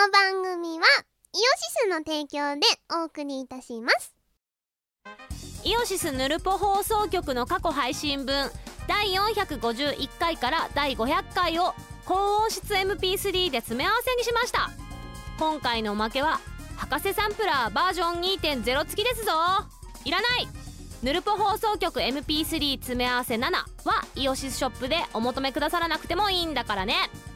の番組はイオシスの提供でお送りいたします。 イオシスヌルポ放送局の過去配信分第451回から第500回を高音質 MP3 で詰め合わせにしました。今回のおまけは博士サンプラーバージョン 2.0 付きですぞ。いらない。ヌルポ放送局 MP3 詰め合わせ7はイオシスショップでお求めくださらなくてもいいんだからね。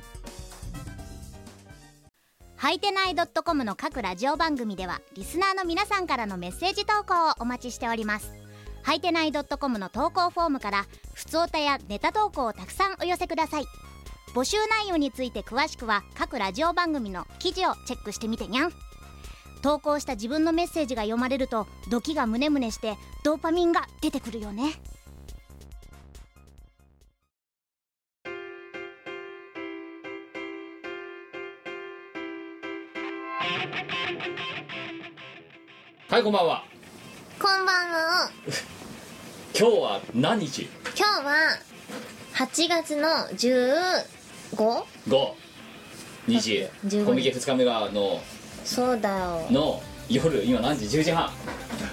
はいてない .com の各ラジオ番組ではリスナーの皆さんからのメッセージ投稿をお待ちしております。はいてない .com の投稿フォームからふつおたやネタ投稿をたくさんお寄せください。募集内容について詳しくは各ラジオ番組の記事をチェックしてみてにゃん。投稿した自分のメッセージが読まれるとドキがムネムネしてドーパミンが出てくるよね。 はい、こんばんは。 こんばんは。 今日は何日？ 今日は8月の 15? 日 15 コミケ2日目がそうだよの夜、今何時？10時半。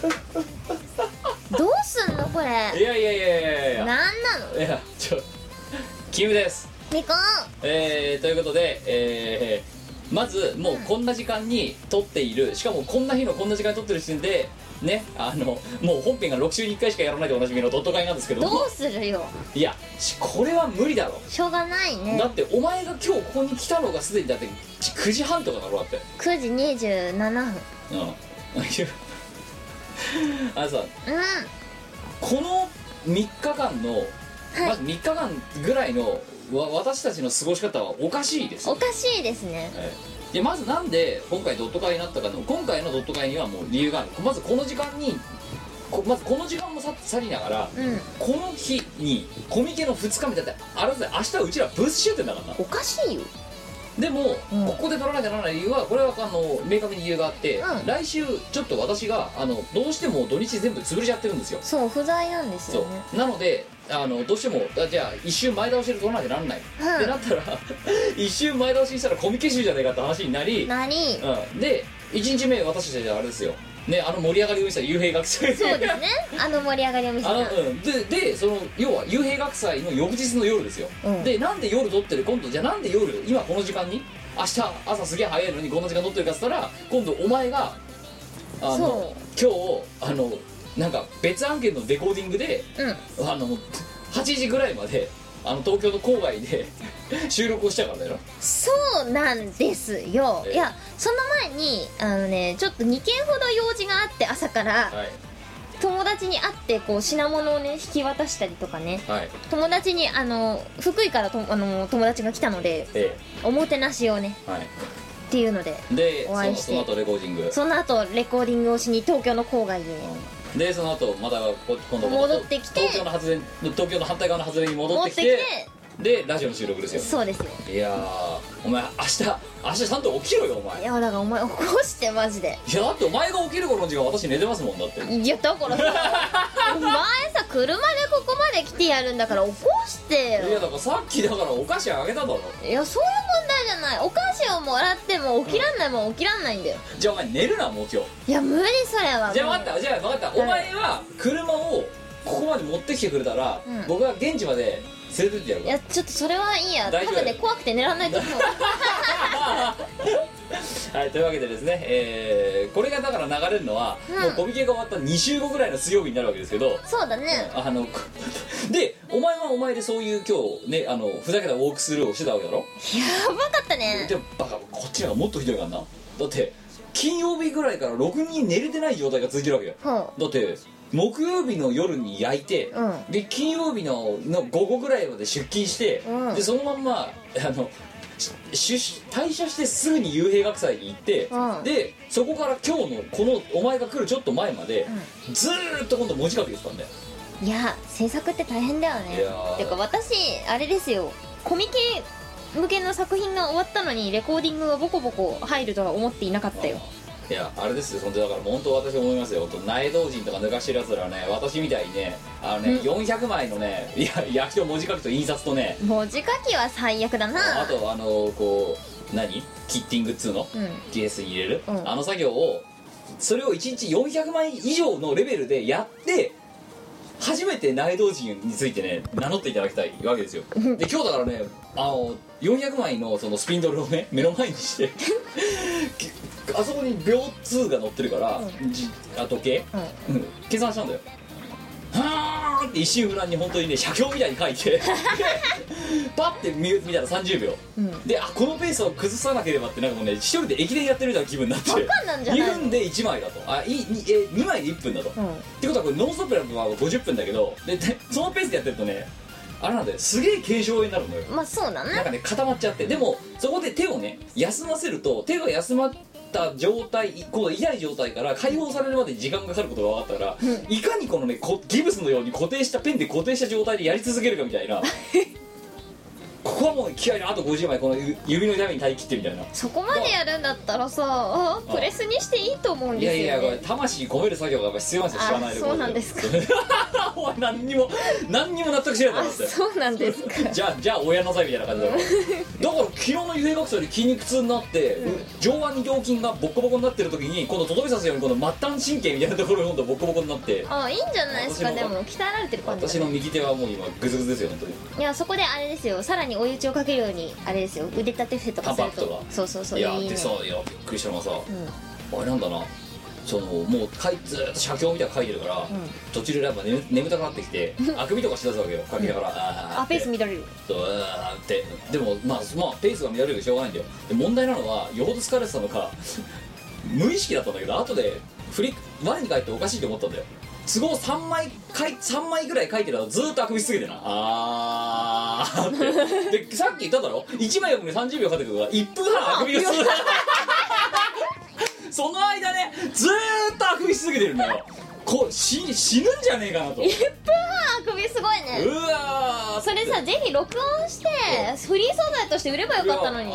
どうすんのこれ。 いやなんなの。 いやキムです。 みこということで、まずもうこんな時間に撮っている、しかもこんな日のこんな時間に撮ってる時点でね、もう本編が6週に1回しかやらないでおなじみのドット会なんですけども、 どうするよ。 いやこれは無理だろ。 しょうがないね。 だってお前が今日ここに来たのがすでにだって9時半とかだろ。だって 9時27分。 あのさ、この3日間の、まず3日間ぐらいの私たちの過ごし方はおかしいですよ。 おかしいですね。 でまずなんで今回ドット会になったかの、今回のドット会にはもう理由がある。まずこの時間にまずこの時間も去りながら、この日にコミケの2日目だって、あれだぜ、明日うちらブース出店だからな。 おかしいよ。 でも、ここで取らなきゃならない理由は、これは明確に理由があって、来週ちょっと私がどうしても土日全部潰れちゃってるんですよ。 そう、不在なんですよね。 なのでどうしてもじゃあ一週前倒しで取らなきゃならない、ってなったら一週前倒しにしたらコミケ集じゃねえかって話になり、で1日目私たちはあれですよね、盛り上がりを見せた幽閉学祭。 そうですね、盛り上がりを見せたでその要は幽閉学祭の翌日の夜ですよ、でなんで夜撮ってる、今度じゃあなんで夜今この時間に、明日朝すげえ早いのにこんな時間撮ってるかっつったら、今度お前が今日なんか別案件のレコーディングで、8時ぐらいまで東京の郊外で収録をしたからだよ。 そうなんですよ。いやその前にちょっと2件ほど用事があって、朝から、友達に会ってこう品物をね引き渡したりとかね、友達に福井から友達が来たので、おもてなしをね、っていうのでお会いして、 その後レコーディング、 その後レコーディングをしに東京の郊外へ、 でその後また今度戻ってきて、 東京の反対側の発電に戻ってきて、でラジオの収録ですよ。 そうですよ。 いやお前明日ちゃんと起きろよお前。 いやだからお前起こしてマジで。 いやだってお前が起きる頃の時間私寝てますもん。だっていやだからさお前さ車でここまで来てやるんだから起こしてよ。 いやだからさっきだからお菓子あげただろ。 いやそういう問題じゃない。お菓子をもらっても起きらんないもん起きらんないんだよ。 じゃあお前寝るなもう今日。 いや無理それは。 じゃあ分かったお前は車をここまで持ってきてくれたら、僕は現地まで連れてってやる。 いやちょっとそれはいいや。多分ね怖くて寝らんないと思う。 はい、というわけでですね、これがだから流れるのは、もうコミケが終わった2週後ぐらいの水曜日になるわけですけど。 そうだね。 でお前はお前でそういう今日ねふざけたウォークスルーをしてたわけだろ。 やばかったね。 でバカこっちの方がもっとひどいからな。だって金曜日ぐらいからろくに寝れてない状態が続いてるわけよ。だって木曜日の夜に焼いて、で金曜日の午後ぐらいまで出勤して、でそのまんま退社してすぐに幽閉学祭に行って、でそこから今日のこのお前が来るちょっと前まで、ずーっと今度文字書きですからね。 いや制作って大変だよね。てか私あれですよ、コミケ向けの作品が終わったのにレコーディングがボコボコ入るとは思っていなかったよ。 いやあれですよ、本当だから本当私思いますよ。苗道人とか抜かしてるやつらはね、私みたいにね400枚のね焼きと文字書きと印刷とね、 文字書きは最悪だな。 あとこうキッティングっつうの、ケースに入れる、 うんあの作業をそれを1日400枚以上のレベルでやって初めて内藤人についてね名乗っていただきたいわけですよ。で今日だからね400枚のそのスピンドルをね目の前にしてあそこに秒2が乗ってるから、時計、計算したんだよ。はーって一心不乱に本当にね写経みたいに書いてパッて見たら30秒、でこのペースを崩さなければってなんかもうね一人で駅伝やってるみたいな気分になってバカなんじゃない 2分で1枚だと2枚で1分だと、ってことはこれノンストップやるのは50分だけどでそのペースでやってるとねあれなんだよすげえ軽症になるのよ。 まあそうだね。 なんかね固まっちゃって、でもそこで手をね休ませると手が休まった状態この痛い状態から解放されるまでに時間がかかることが分かったから、いかにこのねギブスのように固定したペンで固定した状態でやり続けるかみたいなここはもう気合いのあと50枚この指の痛みに耐え切ってみたいな。 そこまでやるんだったらさプレスにしていいと思うんですよね。 いやこれ魂込める作業がやっぱ必要なんですよ。知らないでそうなんですかお前何にも納得しないだろって。 そうなんですかじゃあ親なさいみたいな感じだろだから昨日の幽閉学生より筋肉痛になって、上腕二頭筋がボッコボコになってる時に今度とどめさすようにこの末端神経みたいなところが今度ボッコボコになって、 いいんじゃないですか。でも鍛えられてる感じ。 私の右手はもう今グズグズですよ本当に。 いやそこであれですよ、さらに追い打ちをかけるようにあれですよ、腕立て伏せとかするパンプアップととそういやいいね。 でさびっくりしたのがさ、あれなんだなそのもうずっと写経みたいなの書いてるから、途中でやっぱ眠たくなってきてあくびとかしだすわけよ書きながら、 ペース乱れる。 そうってでもまあペースが乱れるけどしょうがないんだよ。で問題なのはよほど疲れてたのか無意識だったんだけど後で我に返っておかしいと思ったんだよ。都合3枚ぐらい書いてるのずーっとあくびしすぎてなってでさっき言っただろ1枚読むのに30秒かかってくるから1分半あくびがするその間ねずーっとあくびしすぎてるんだよ。死ぬんじゃねえかなと。 1分半あくびすごいね。 うわーそれさぜひ録音してフリー素材として売ればよかったのに。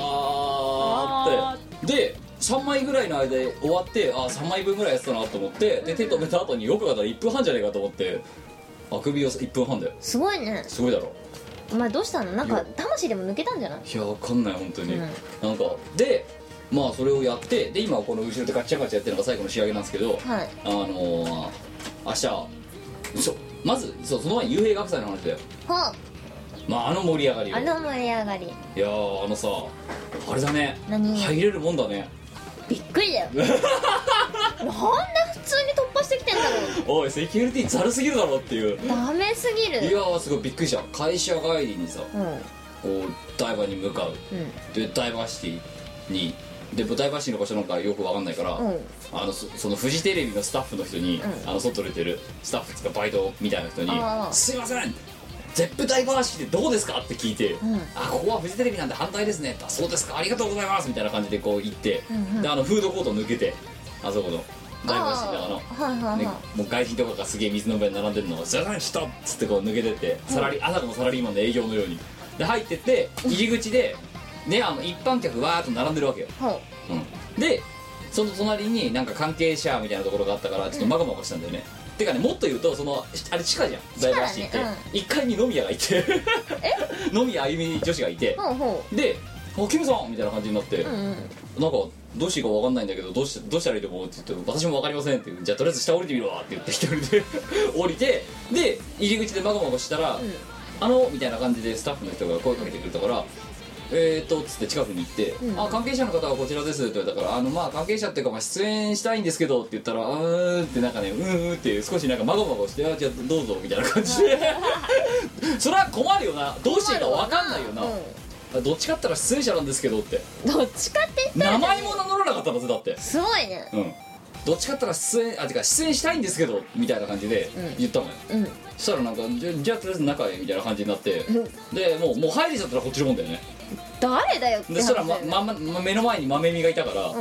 で3枚ぐらいの間で終わって3枚分ぐらいやってたなと思ってで手止めた後によく考えたら1分半じゃねえかと思ってあくびを1分半だよ。 すごいね。 すごいだろ。 お前どうしたの？なんか魂でも抜けたんじゃない？ いやわかんない本当に、なんかでまあそれをやってで今この後ろでガッチャガチャやってるのが最後の仕上げなんですけど、 はい、 明日まずその前に幽閉学祭の話だよ。 はあ盛り上がりよ。 盛り上がり。 いやさあれだね何入れるもんだね。 びっくりだよなんで普通に突破してきてんだろう。 おいセキュリティざるすぎるだろっていう。 ダメすぎる。 いやすごいびっくりした。会社帰りにさ、こう台場に向かう、でダイバーシティにでダイバーシティの場所なんかよくわかんないから、そのフジテレビのスタッフの人に、外出てるスタッフつかバイトみたいな人に「すいませんゼップダイバーシティどうですか?」って聞いて「ここはフジテレビなんで反対ですね」って「そうですかありがとうございます」みたいな感じでこう行って、でフードコート抜けてあそこのダイバーシティのもう外人とかがすげえ水の上に並んでるのを「すいませんちょっと」っつってこう抜けてって朝のサラリーマンの営業のようにで入ってって入り口でね一般客わーっと並んでるわけよ、でその隣になんか関係者みたいなところがあったからちょっとマガマガしたんだよね、てかねもっと言うとあれ地下じゃんダイバーシティって、1階に飲み屋がいて飲み屋あゆみ女子がいて、で「キムさん!」みたいな感じになって、なんかどうしていいか分かんないんだけどどうしたらいいと思うって言って「私も分かりません」って言う「じゃあとりあえず下降りてみろわ」って言って一人で降りてで入り口でマガマガしたら「みたいな感じでスタッフの人が声かけてくれたからつって近くに行って「関係者の方はこちらです」って言われたから関係者っていうか出演したいんですけどって言ったらってなんかねって少しなんかマガマガして「じゃあどうぞ」みたいな感じでそれは困るよな。どうしていいか分かんないよな、どっちかって言ったら出演者なんですけどってどっちかって言ったら名前も名乗らなかったのだってすごいね。 どっちかって言ったら出演したいんですけどみたいな感じで言ったのよ、そしたらなんかじゃあとりあえず仲へみたいな感じになって、でもう入れちゃったらこっちのもんだよね。 誰だよって話だよね。 でそしたら、目の前に豆みがいたから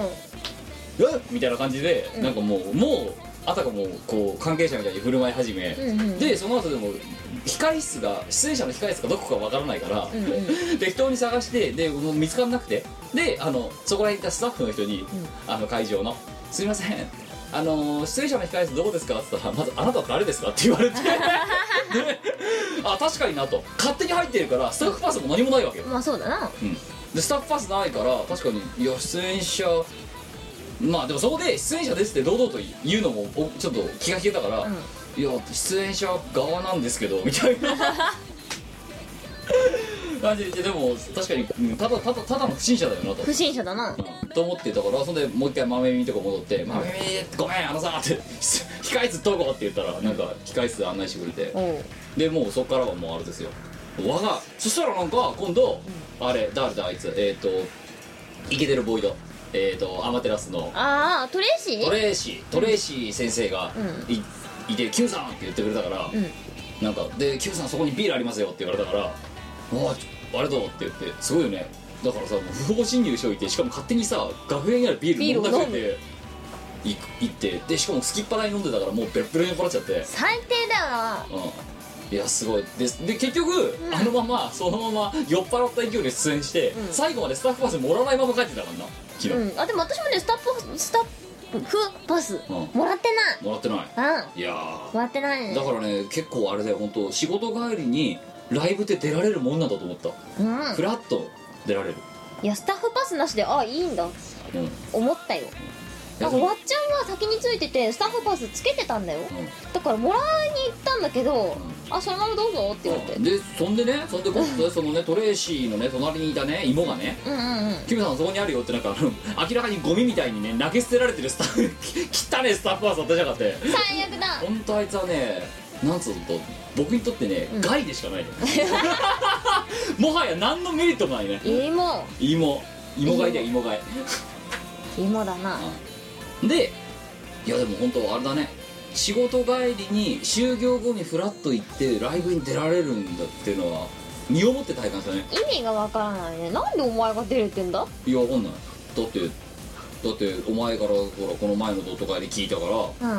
「みたいな感じで、なんかもうあたかもこう関係者みたいに振る舞い始め、でその後でも控室が出演者の控室がどこかわからないから、適当に探してでもう見つからなくてでそこらにいたスタッフの人に、会場の「すいません出演者の控室どこですか?」って言ったら「まずあなたは誰ですか?」って言われてで確かになと勝手に入ってるからスタッフパスも何もないわけよ。 まあそうだな。 でスタッフパスないから確かにいや出演者まあでもそこで出演者ですって堂々と言うのもちょっと気が引けたから、いや出演者側なんですけどみたいな感じで、でも確かにただの不審者だよなと不審者だな、 と思ってたから、そんでもう一回豆耳とか戻って「豆耳ごめんあのさ」って「控室どこ?」って言ったらなんか控室案内してくれて、でもうそっからはもうあれですよそしたらなんか今度、あれ誰だあいつイケてるボイドアマテラスのトレーシー先生がいて「Q さん!」って言ってくれたから、なんかで「Q さんそこにビールありますよ」って言われたから「ありがとう」って言って、すごいよね。だからさ不法侵入しといて、しかも勝手にさ学園にあるビール飲んだくれて行ってで、しかもすきっぱらに飲んでたからもうベロベロに酔っ払っちゃって、 最低だよな。 いやすごいで結局、そのまま酔っ払った勢いで出演して、最後までスタッフパスもらわないまま帰ってたからな昨日、 でも私もねスタッフパスもらってない。 いやもらってないね。 だからね結構あれだよ本当、仕事帰りにライブって出られるもんなんだと思った。フラッと出られる。 いやスタッフパスなしでいいんだ思ったよ。なんかわっちゃんは先についててスタッフパスつけてたんだよ、だからもらいに行ったんだけど、そのままどうぞって言われて、 でそんで今度そのねトレーシーのね隣にいたね妹がね「キムさんそこにあるよ」ってなんか明らかにゴミみたいにね投げ捨てられてる汚ねスタッフパス渡しやがって、 最悪だ。 本当あいつはねなんつうと僕にとってね、害でしかないねもはや何のメリットもないね。芋害だよ芋害芋だな。 でいやでも本当あれだね、仕事帰りに就業後にフラッと行ってライブに出られるんだっていうのは身をもって体感したね。 意味がわからないね。なんでお前が出れてんだ。 いやわかんない。だってお前からほらこの前のドット会で聞いたから、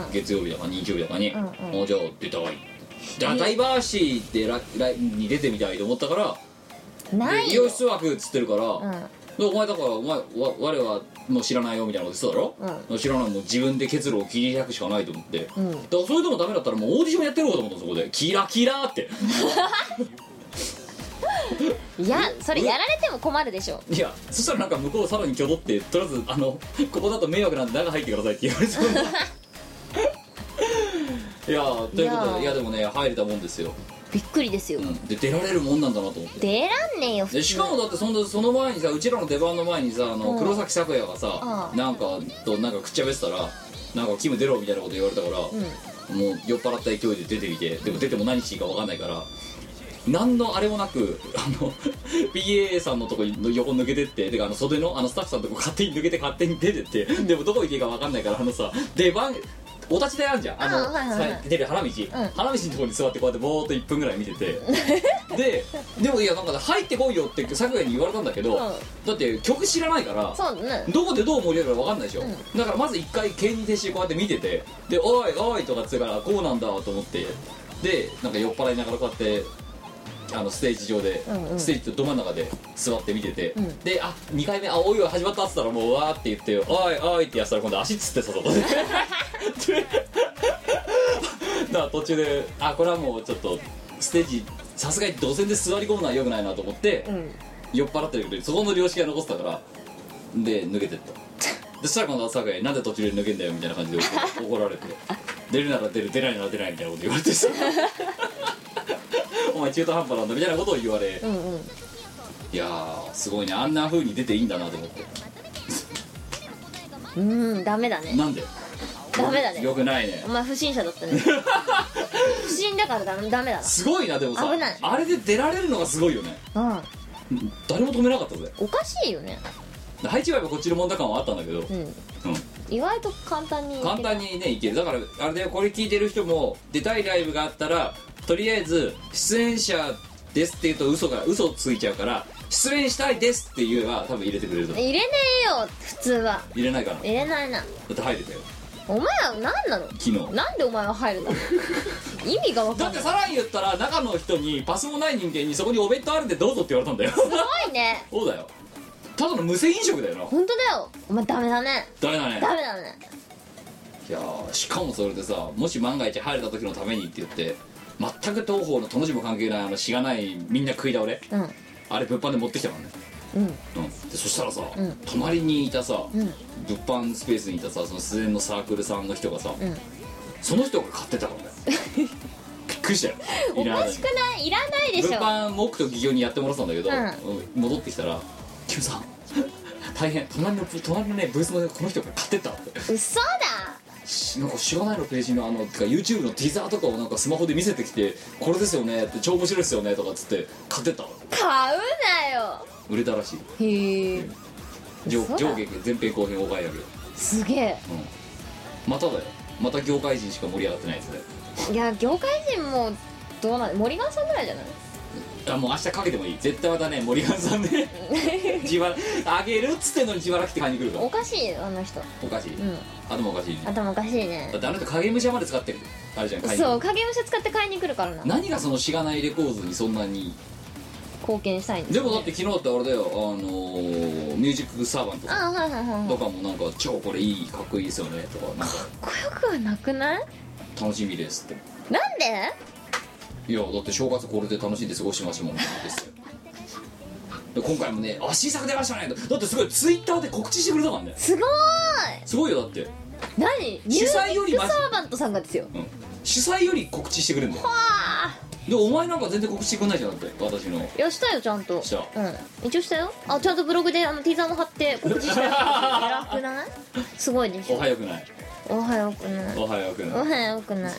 月曜日だか日曜日だかに、じゃあ出たわいダイバーシーでに出てみたいと思ったからない美容室枠っつってるから、でお前だから我はもう知らないよみたいなこと言ってただろ、知らない、もう自分で結露を切り開くしかないと思って、だからそれでもダメだったらもうオーディションやってやろうと思ったそこでキラキラっていやそれやられても困るでしょ。 いやそしたらなんか向こうさらに挙動ってとりあえずここだと迷惑なんで中入ってくださいって言われそういやということで、いやでもね入れたもんですよ。 びっくりですよ、 で出られるもんなんだなと思って。 出らんねえよ普通。 でしかもだってその前にさうちらの出番の前にさ黒崎咲也がさなんかくっちゃべってたらなんかキム出ろみたいなこと言われたから、もう酔っ払った勢いで出てきて、でも出ても何していいか分かんないから何のあれもなくPA さんのとこに横抜けてって、で袖のスタッフさんのとこ勝手に抜けて勝手に出てって、でもどこ行けいいか分かんないから出番お立ち台あるじゃん出る花道のとこに座ってこうやってぼーっと1分ぐらい見ててでもいやなんか入ってこいよって咲夜に言われたんだけど、だって曲知らないからどこでどう盛り上がるか分かんないでしょ、だからまず一回経に徹してこうやって見てて、でおいおいとかっつうからこうなんだと思って、でなんか酔っ払いながらこうやってステージ上で、ステージとど真ん中で座って見てて、で2回目おいおい始まったっつったらもうわーって言っておいおいってやったら今度足つってさそこでだから途中でこれはもうちょっとステージさすがに動線で座り込むのはよくないなと思って、酔っ払ってるけどそこの良識が残ってたからで抜けてったでそしたら今度は酒井なんで途中で抜けんだよみたいな感じで怒られて出るなら出る出ないなら出ないみたいなこと言われてさお前中途半端なんだみたいなことを言われ、いやーすごいね、あんな風に出ていいんだなと思ってダメだね。 なんでダメだね、 よくないね。 お前不審者だったね不審だからダメだな。 すごいな。でもさ危ない、 あれで出られるのがすごいよね。誰も止めなかったぜ。 おかしいよね。 配置はやっぱこっちの問題感はあったんだけど、 意外と簡単にねいける。だからあれだよ、これ聞いてる人も出たいライブがあったらとりあえず出演者ですって言うと嘘ついちゃうから、出演したいですって言えば多分入れてくれると思う。 入れねえよ普通は。 入れないかな。 入れないな。 だって入れたよお前は何なの昨日。 なんでお前は入るんだ意味が分かんない。 だってさらに言ったら中の人にパスもない人間にそこにお弁当あるんでどうぞって言われたんだよすごいねそうだよ、ただの無銭飲食だよな。 本当だよ。お前ダメだね。 ダメだね。 ダメだね。 いやしかもそれでさ、もし万が一入れた時のためにって言って全く東方のとの字も関係ないしがないみんな食い倒れ、あれ物販で持ってきたからね。 でそしたらさ、隣にいたさ、物販スペースにいたさその自然のサークルさんの人がさ、その人が買ってたからねびっくりしたよ。 おかしくない？いらないでしょ。 物販木と企業にやってもらったんだけど、戻ってきたら「キムさん大変隣のねブースのこの人が買ってった」って。 嘘だ。 なんかしがないのページのYouTube のティザーとかをなんかスマホで見せてきて「これですよね」って「超面白いですよね」とかっつって買ってった。 買うなよ。 売れたらしい。 へえ。 上下前編後編お買い上げ。 すげえ。 まただよ。また業界人しか盛り上がってないですね。 いや業界人もどうなん森川さんぐらいじゃない？ もう明日かけてもいい。絶対またね森川さんね自腹あげるっつってんのに自腹切って買いに来るから。 おかしいよあの人。 おかしい、頭おかしいね。 頭おかしいね。 だってあの人影武者まで使ってるあれじゃん。 そう影武者使って買いに来るからな。 何がそのしがないレコーズにそんなに貢献したいんですでもだって昨日ってあれだよミュージックサーバントとかもなんか超これいいかっこいいですよねとかなんかかっこよくはなくない？ 楽しみですって。 なんで？ いやだって正月これで楽しんで過ごしましょうもんですよ。で今回もね新作出ましたねだってすごいツイッターで告知してくれたからね。 すごーい。 すごいよだって。 何？ 主催よりミュージックサーバントさんがですよ。 主催より告知してくれるんだよ。 はあ。 でお前なんか全然告知してくれないじゃんだって私の。 いやしたよちゃんと。 した。 一応したよ。ちゃんとブログでティーザーも貼って告知したよ。偉くない？すごいでしょ。 おはよくない。 おはよくない。 おはよくない。 おはよくない。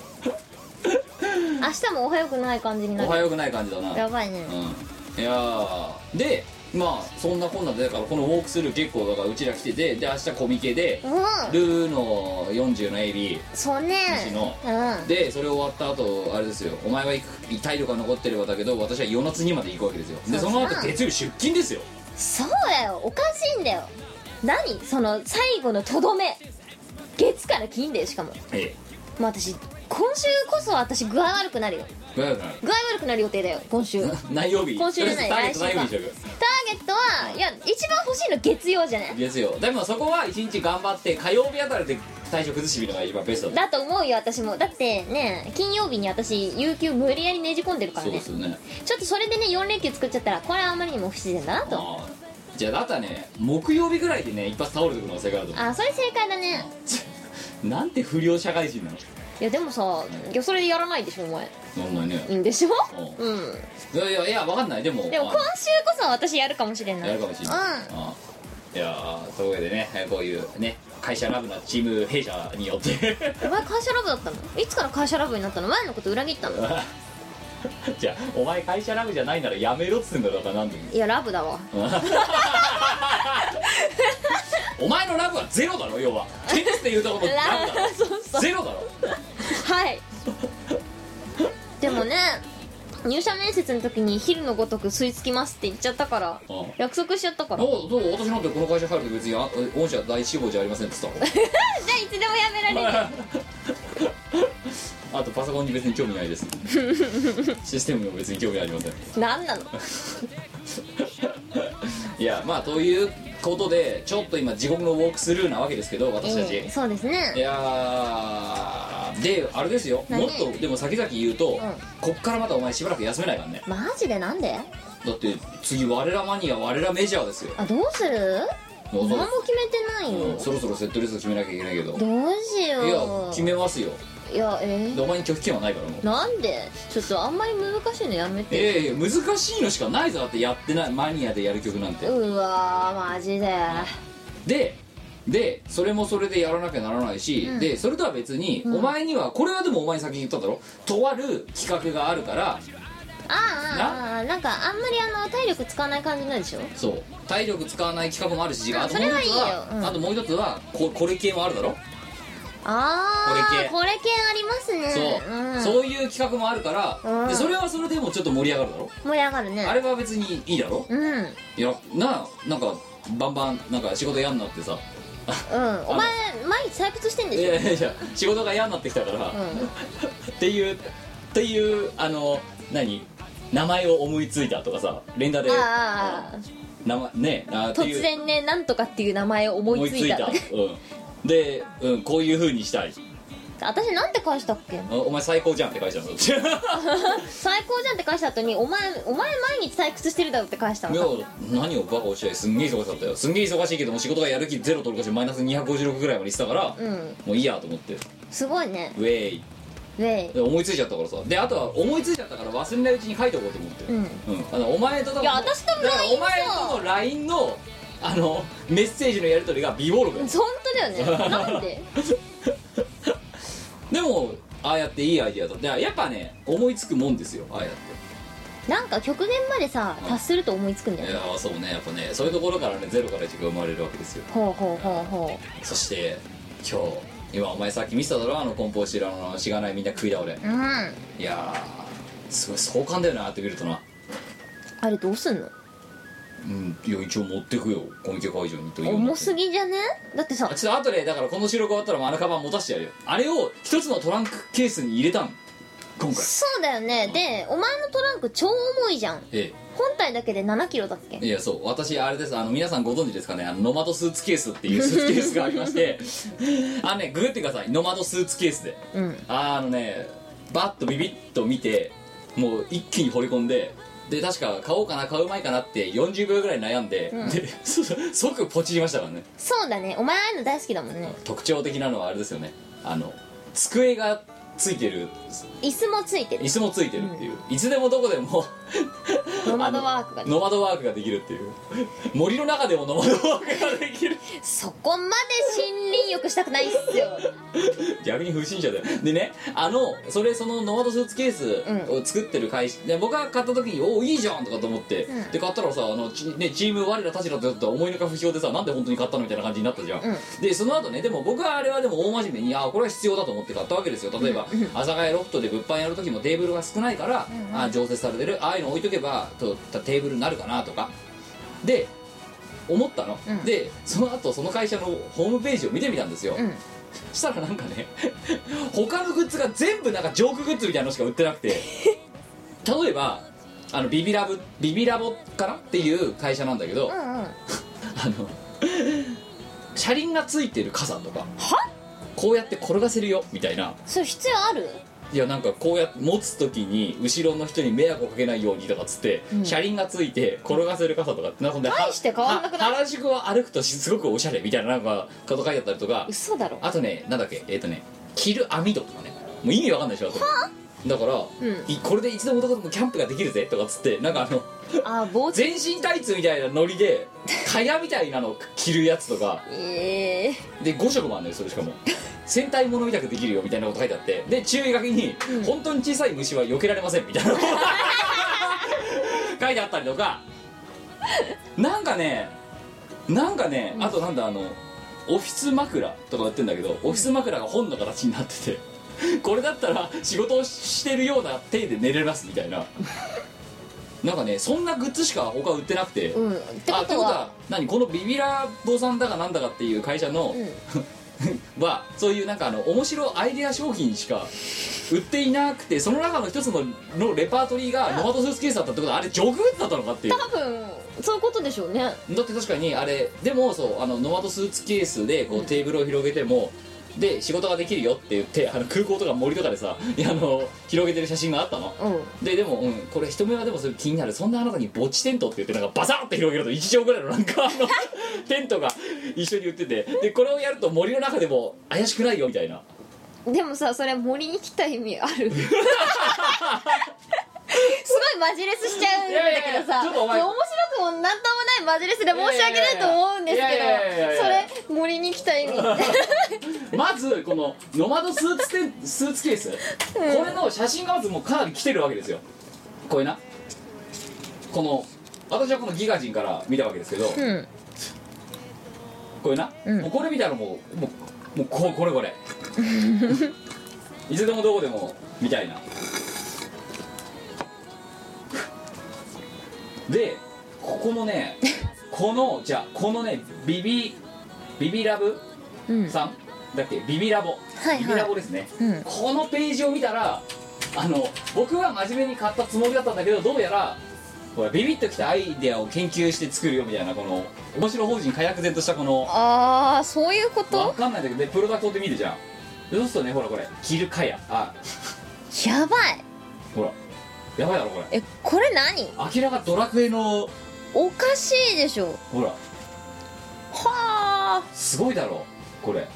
明日もおはよくない感じになる。 おはよくない感じだな。 やばいね。 いやーでまあそんなこんなでだからこのウォークスルー結構だからうちら来ててで明日コミケで、ルーの40の AB そうねの、でそれ終わった後あれですよお前は体力が残ってればだけど私は夜夏にまで行くわけですよ。でその後月曜日出勤ですよ。 そうだよおかしいんだよ。何その最後のとどめ月から金だよしかも。もう私今週こそ私具合悪くなるよ。具合悪くなる予定だよ今週何曜日？ 今週じゃない来週か。ターゲットはいや一番欲しいの月曜じゃない。 月曜でもそこは一日頑張って火曜日あたりで体調崩してみるのが一番ベストだと思うよ私も。だってね金曜日に私有給無理やりねじ込んでるからね。 そうですよね。 ちょっとそれでね4連休作っちゃったらこれはあまりにも不自然だなと。 じゃあだったらね木曜日ぐらいでね一発倒れてくるのが正解だと思う。 それ正解だねなんて不良社会人なの。 いやでもさそれでやらないでしょお前。 そんなにねいいんでしょ。 いや分かんない。でも今週こそ私やるかもしれない。 やるかもしれない。いやそういうわけでねこういうね会社ラブなチーム弊社によってお前会社ラブだったの？いつから会社ラブになったの？前のこと裏切ったの？ じゃあお前会社ラブじゃないならやめろっつってんだろ。だからなんでいやラブだわお前のラブはゼロだろ。要はテニスで言うとこのラブだろそうゼロだろはいでもね入社面接の時に昼のごとく吸い付きますって言っちゃったから約束しちゃったからどう私なんてこの会社入ると別に御社大志望じゃありませんって言ったのじゃあいつでもやめられるあとパソコンに別に興味ないですシステムにも別に興味ありません。 何なのいやまあということでちょっと今地獄のウォークスルーなわけですけど私たち、 そうですね。 いやであれですよもっとでも先々言うと、こっからまたお前しばらく休めないからね。 マジでなんで？ だって次我らマニア我らメジャーですよ。 どうする？何も決めてないよ。 そろそろセットリスト決めなきゃいけないけど。 どうしよう。 いや決めますよ。 いやでお前に拒否権はないからもう。 なんで？ちょっとあんまり難しいのやめて。 難しいのしかないぞだってやってないマニアでやる曲なんて。 うわーマジで。 でそれもそれでやらなきゃならないし、でそれとは別に、お前にはこれはでもお前に先に言っただろとある企画があるからなんかあんまり体力使わない感じなんでしょ。 そう体力使わない企画もあるし、あとそれはいいよ、 あともう一つはこれ系もあるだろ。これ系ありますね。そういう企画もあるから、でそれはそれでもちょっと盛り上がるだろ。 盛り上がるね。 あれは別にいいだろ。いやなんかバンバンなんか仕事嫌になってさお前毎日採掘してんでしょ。 いや仕事が嫌になってきたから、っていう何名前を思いついたとかさ連打で突然ねなんとかっていう名前を思いついたで、こういう風にしたい私なんて返したっけ？ お前最高じゃんって返したの最高じゃんって返した後にお前毎日退屈してるだろって返したの。 いや何をバカおっしゃい、すんげえ忙しかったよ。すんげえ忙しいけども仕事がやる気ゼロ取るかしマイナス256ぐらいまでいってたから、もういいやと思って。 すごいね。 ウェイで思いついちゃったからさ。であとは思いついちゃったから忘れないうちに書いておこうと思って、お前と多分、 いや私と LINE お前との LINE のメッセージのやり取りが微暴録だよ。 本当だよね。なんででもああやっていいアイディアだ。やっぱね思いつくもんですよ、ああやってなんか極限までさ達すると思いつくんだよね。 いやそうね、やっぱねそういうところからねゼロから1が生まれるわけですよ。 ほうそして今お前さっき見せただろ、梱包してるしがないみんな食い倒れ。いやーすごい壮観だよなって見るとな。 あれどうすんの？ いや一応持ってくよコミケ会場にという。 重すぎじゃね？だってさちょっと後でだからこの収録終わったらカバン持たせてやるよ。あれを一つのトランクケースに入れたの今回。 そうだよね。でお前のトランク超重いじゃん。本体だけで7キロだっけ？ いやそう私あれです。皆さんご存知ですかね、ノマドスーツケースっていうスーツケースがありましてググってください、ノマドスーツケースで、バッとビビッと見てもう一気に掘り込んで、で確か買おうかな買うまいかなって40秒ぐらい悩んで、で即ポチりましたからね。 そうだね、お前ああいうの大好きだもんね。 特徴的なのはあれですよね、机がついてる、 椅子もついてるっていう、いつでもどこでもノマドワークができるっていう森の中でもノマドワークができるそこまで森林浴したくないっすよ逆に不審者だよ。でねそのノマドスーツケースを作ってる会社で、僕が買った時においいじゃんとかと思って、で買ったらさチーム我らたちらとやったら思いのか不評でさ、なんで本当に買ったのみたいな感じになったじゃん、でその後ね、でも僕はあれはでも大真面目にこれは必要だと思って買ったわけですよ。例えば阿佐ヶ谷ロフトで物販やる時もテーブルが少ないから、常設されてるああいうの置いとけばテーブルになるかなとかで思ったの、でその後その会社のホームページを見てみたんですよ、したらなんかね他のグッズが全部なんかジョークグッズみたいなのしか売ってなくて例えばビビラボかなっていう会社なんだけど、車輪がついてる傘とかこうやって転がせるよみたいな。 それ必要ある？ いやなんかこうやって持つ時に後ろの人に迷惑をかけないようにとかっつって、車輪がついて転がせる傘とかなんで大して変わんなくない？ 原宿を歩くとすごくおしゃれみたいななんかこと書いてあったりとか。 嘘だろ。あとねなんだっけ着る網戸とかね、もう意味わかんないでしょ。だから、これでいつでもどこでもキャンプができるぜとかっつってなんか全身タイツみたいなノリで蚊帳みたいなの着るやつとかで5色もあるのよ。それしかも戦隊ものみたくできるよみたいなこと書いてあって、で注意書きに、本当に小さい虫は避けられませんみたいな書いてあったりとかなんかねあとなんだオフィス枕とかやってんだけど、オフィス枕が本の形になっててこれだったら仕事をしてるような体で寝れますみたいななんかねそんなグッズしか他売ってなくて、ってことはこのビビラボさんだかなんだかっていう会社の、はそういうなんか面白アイデア商品しか売っていなくて、その中の一つのレパートリーがノマドスーツケースだったってことはあれジョークグッズだったのかっていう。 多分そういうことでしょうね。だって確かにあれでもそうノマドスーツケースでこうテーブルを広げても、で仕事ができるよって言って空港とか森とかでさ広げてる写真があったの、でも、これ人目はでもそれ気になる、そんなあなたに墓地テントって言ってなんかバサッって広げると1畳ぐらいのなんかテントが一緒に売ってて、でこれをやると森の中でも怪しくないよみたいな。 でもさそれ森に来た意味あるすごいマジレスしちゃうんだけどさ、面白くもなんともないマジレスで申し訳ないと思うんですけど、それ森に来た意味まずこのノマドスーツケース、これの写真がまずもうかなり来てるわけですよ。これな私はこのギガ人から見たわけですけど、これな、もうこれ見たらもうこれいつでもどこでもみたいな。でこのねビビラブさんだっけ、ビビラボ、ビビラボですね、このページを見たら僕は真面目に買ったつもりだったんだけど、どうやらほらビビッときたアイデアを研究して作るよみたいな、この面白法人火薬然としたこのそういうこと分かんないんだけど、でプロダクトで見るじゃん。 そうするとね、ほらこれ着るかや、あ、 やばい。 ほらやばいだろこれ。 これ何？ 明らかドラクエの、 おかしいでしょ。 ほらはあ、 すごいだろこれ。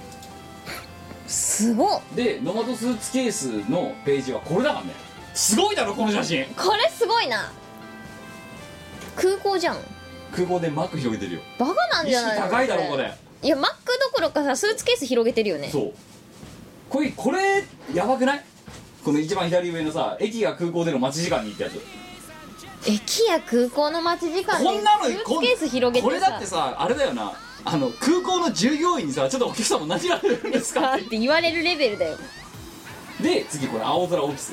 すごっ。 でノマドスーツケースのページはこれだからね。すごいだろこの写真。 これすごいな。空港じゃん。 空港でマック広げてるよ。 バカなん意じゃないの？ 識高いだろこれ。 いや、マックどころかさ、スーツケース広げてるよね。 そう、これやばくない？この一番左上のさ、駅が空港での待ち時間にってやつ。 駅や空港の待ち時間でこんなのスーツケース広げてさ、 これだってさ、あれだよな、空港の従業員にさ、ちょっとお客様何やるんですかっってて言われるレベルだよ。 で次これ青空オフィス。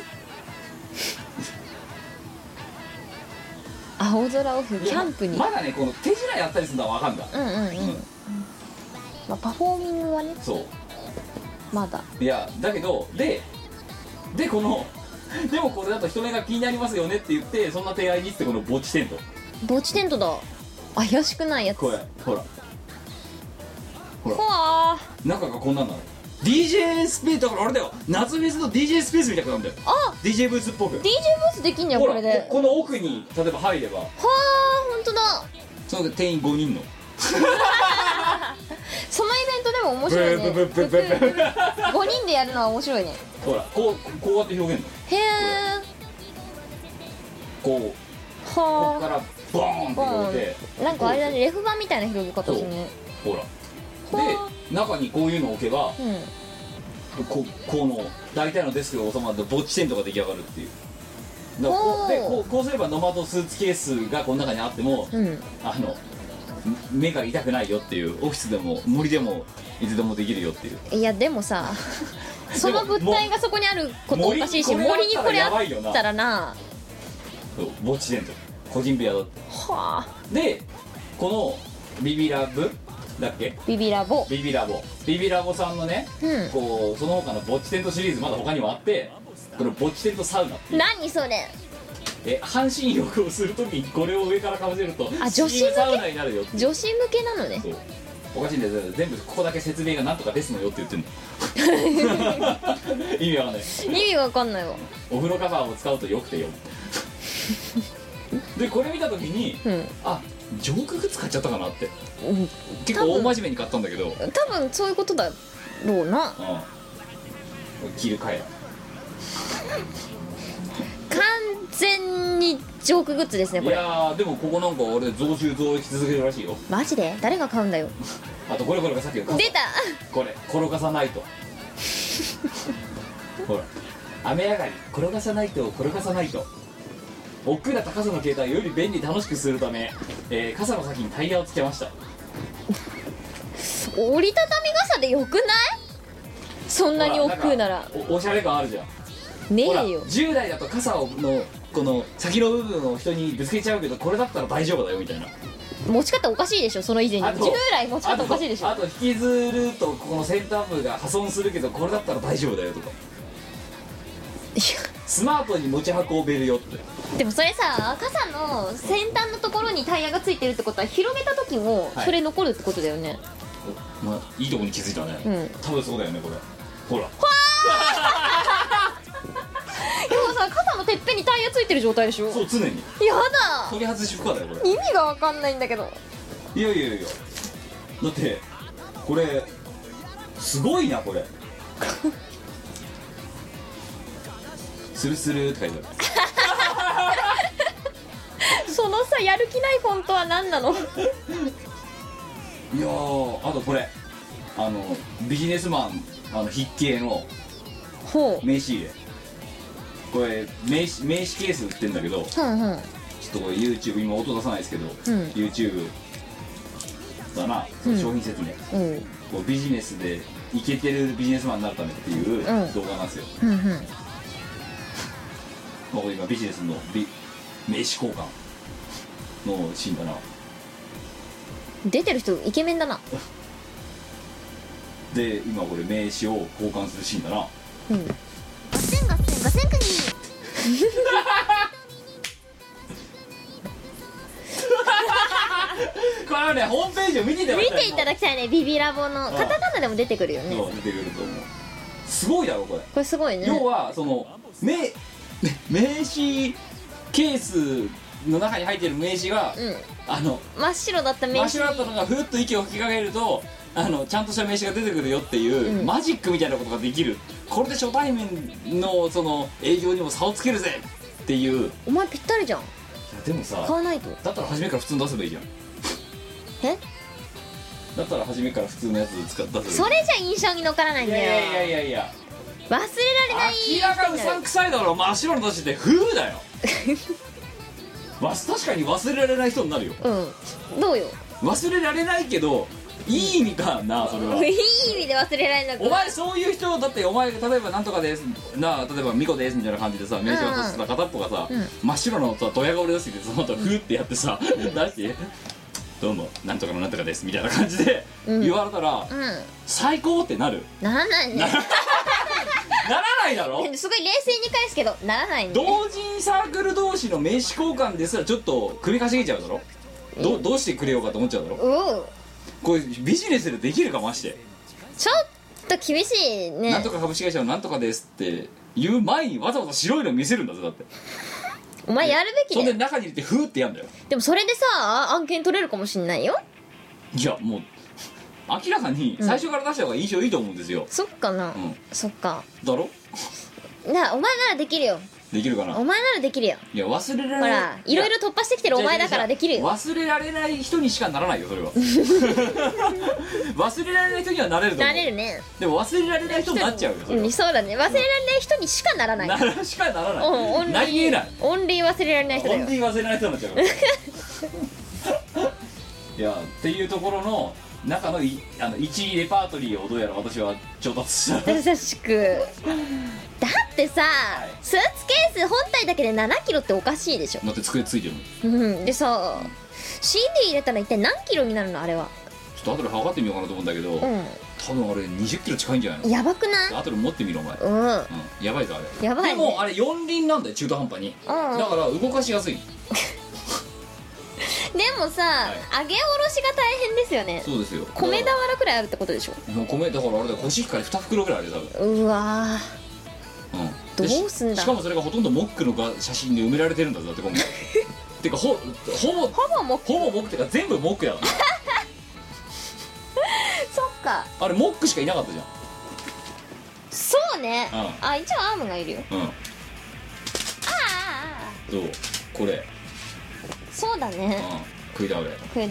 青空オフキャンプに。 まだね、この手品やったりするのは分かんだ。 うんうんうん、まあ、パフォーミングはねそうまだ。 いやだけどでこのでもこれだと人目が気になりますよねって言って、そんな手合いにってこの墓地テント。 墓地テントだ。怪しくないやつ。 これほらほわー、中がこんなんなの。 DJ スペースだからあれだよ、夏フェスの DJ スペースみたいなんだよ。 あ、 DJ ブースっぽく。 DJ ブースできんねやほらこれで。 この奥に例えば入れば、 はあ、ほんとだ。 その店員5人のそのイベントでも面白いね。 ブブブブブブブ 5人でやるのは面白いね。 ほらこうやって広げるの。 へえ。 ここはからボーンって広げて、 あ、なんかあれだね、レフ板みたいな広げ方ですね。 ほらで中にこういうのを置けば、 うん。 この大体のデスクが収まると墓地テントが出来上がるっていう。だからほうでこうすればノマドスーツケースがこの中にあっても、 うん。 目が痛くないよっていう、オフィスでも森でもいつでもできるよっていう。 いやでもさその物体がそこにあることおかしいし、 森森にこれあやばいよなったらな。 そう墓地テント個人部屋だって。 はあ。 でこのビビラブだっけ、 ビビラボ。 ビビラボさんのね、 うん。 こうその他の墓地テントシリーズまだ他にもあって、この墓地テントサウナっていう、 何それ。 半身浴をするときにこれを上からかぶせるとあ、 スチームサウナになるよっていう。 女子向けなのね。 そうおかしいんだよ、全部ここだけ説明がなんとかですのよって言ってんの意味わかんない。 意味わかんないわ。 お風呂カバーを使うとよくてよでこれ見たときに、 うんあ、ジョークグッズ買っちゃったかなって。 うん結構大真面目に買ったんだけど、 多分そういうことだろうな。 着るかや。 完全にジョークグッズですねこれ。 いやーでもここなんか俺増収増益続けるらしいよ。 マジで誰が買うんだよ。 あとこれがさっきの出た。 これ転がさないとほら雨上がり転がさないと億劫な傘の携帯をより便利楽しくするため、傘の先にタイヤをつけました。 折りたたみ傘でよくない？そんなに億劫なら。 おしゃれ感あるじゃん。ほらねえよ。 従来だと傘のこの先の部分を人にぶつけちゃうけど、これだったら大丈夫だよみたいな。 持ち方おかしいでしょ。その以前にあと従来持ち方おかしいでしょ。 あと引きずるとここの先端部が破損するけど、これだったら大丈夫だよとか、 いスマートに持ち運べるよって。 やでもそれさ、傘の先端のところにタイヤがついてるってことは、広げた時もそれ残るってことだよね。 まあ、いいとこに気づいたね、 うん多分そうだよねこれ。ほらでもさ、傘のてっぺんにタイヤついてる状態でしょ。 そう、常にやだ。 取り外し不可だよこれ。 意味がわかんないんだけど。 いやだってこれすごいなこれスルスルって書いてあるそのさ、やる気ないフォントは何なの？ いやー、あとこれビジネスマン筆形のほう。 名刺入れ、これ名刺ケース売ってんだけど、ちょふんふん。 っとこれ YouTube 今音出さないですけど、YouTube だな、商品説明、 うん。 こうビジネスでイケてるビジネスマンになるためっていう動画なんですよ、 ふんふん。 これ今ビジネスの名刺交換のシーンだな。 出てる人イケメンだな。 で今これ名刺を交換するシーンだな。 うん。 ガセンガセンガセンクニーこれはねホームページを見ていただきたい。 見ていただきたいね。ビビラボのカタカナでも出てくるよね。 そう出てくると思う。 すごいだろこれ。 これすごいね。 要はその名刺ケースの中に入ってる名刺が、 真っ白だった名刺、 真っ白だったのがふっと息を吹きかけるとちゃんとした名刺が出てくるよっていう、マジックみたいなことができる。これで初対面のその営業にも差をつけるぜっていう。 お前ぴったりじゃん。 いやでもさ、 買わないと。 だったら初めから普通に出せばいいじゃん。 え、 だったら初めから普通のやつ使ったそれじゃ印象に残らないんだよ。 いや忘れられない。 明らかうさんくさいだろ。真っ白の出して風だよ。確かに忘れられない人になるよ。 どうよ。 忘れられないけどいい意味かな、それは。 いい意味で忘れられなく。 お前そういう人だって、お前例えばなんとかですな、例えばミコですみたいな感じでさ、名刺渡したら片っぽがさ、真っ白のさドヤ顔で出してきて、その後フーってやってさ、出してどうもなんとかのなんとかですみたいな感じで言われたら、最高ってなる？ ならないね。 ならないだろ。 すごい冷静に返すけどならないね。 同人サークル同士の名刺交換ですらちょっと首かしげちゃうだろ。どうしてくれようかと思っちゃうだろ。これビジネスでできるかまして。 ちょっと厳しいね。 なんとか株式会社のなんとかですって言う前にわざわざ白いの見せるんだぜ。だってお前やるべきだよ。 そんで中に入れてフーってやんだよ。 でもそれでさ案件取れるかもしんないよ。 いやもう明らかに最初から出した方が印象いいと思うんですよ。 そっかな、そっかだろ。 お前ならできるよ。 できるかな。 お前ならできるよ。 いや忘れられない。 ほらいろいろ突破してきてるお前だからできるよ。 忘れられない人にしかならないよそれは。忘れられない人にはなれると思う。 なれるね。 でも忘れられない人になっちゃうよそれは。 そうだね。忘れられない人にしかならない。 しかならない。なりえない。 オンリー忘れられない人だよ。 オンリー忘れられない人になっちゃうから。いやっていうところの中の1レパートリーをどうやら私は調達した。 優しく。だってさ、スーツケース本体だけで7キロっておかしいでしょ。 だって机ついてるでさ CD 入れたら一体何キロになるのあれは。 ちょっと後で測ってみようかなと思うんだけど、多分あれ20キロ近いんじゃないの。 やばくない？ 後で持ってみろお前。やばいぞあれ。 やばいね。 でもあれ4輪なんだよ中途半端に。だから動かしやすい。 でもさ、揚げおろしが大変ですよね。 そうですよ。 米俵くらいあるってことでしょ。 もう米だからあれだ、コシヒカリ2袋ぐらいあるよ多分。 うわどうすんだ。 しかもそれがほとんどモックの写真で埋められてるんだぞだって今回。てかほぼモックってか全部モックだから。 そっか。 あれモックしかいなかったじゃん。 そうね。あ一応アームがいるよ。 どうこれ。 そうだね。 食い倒れ。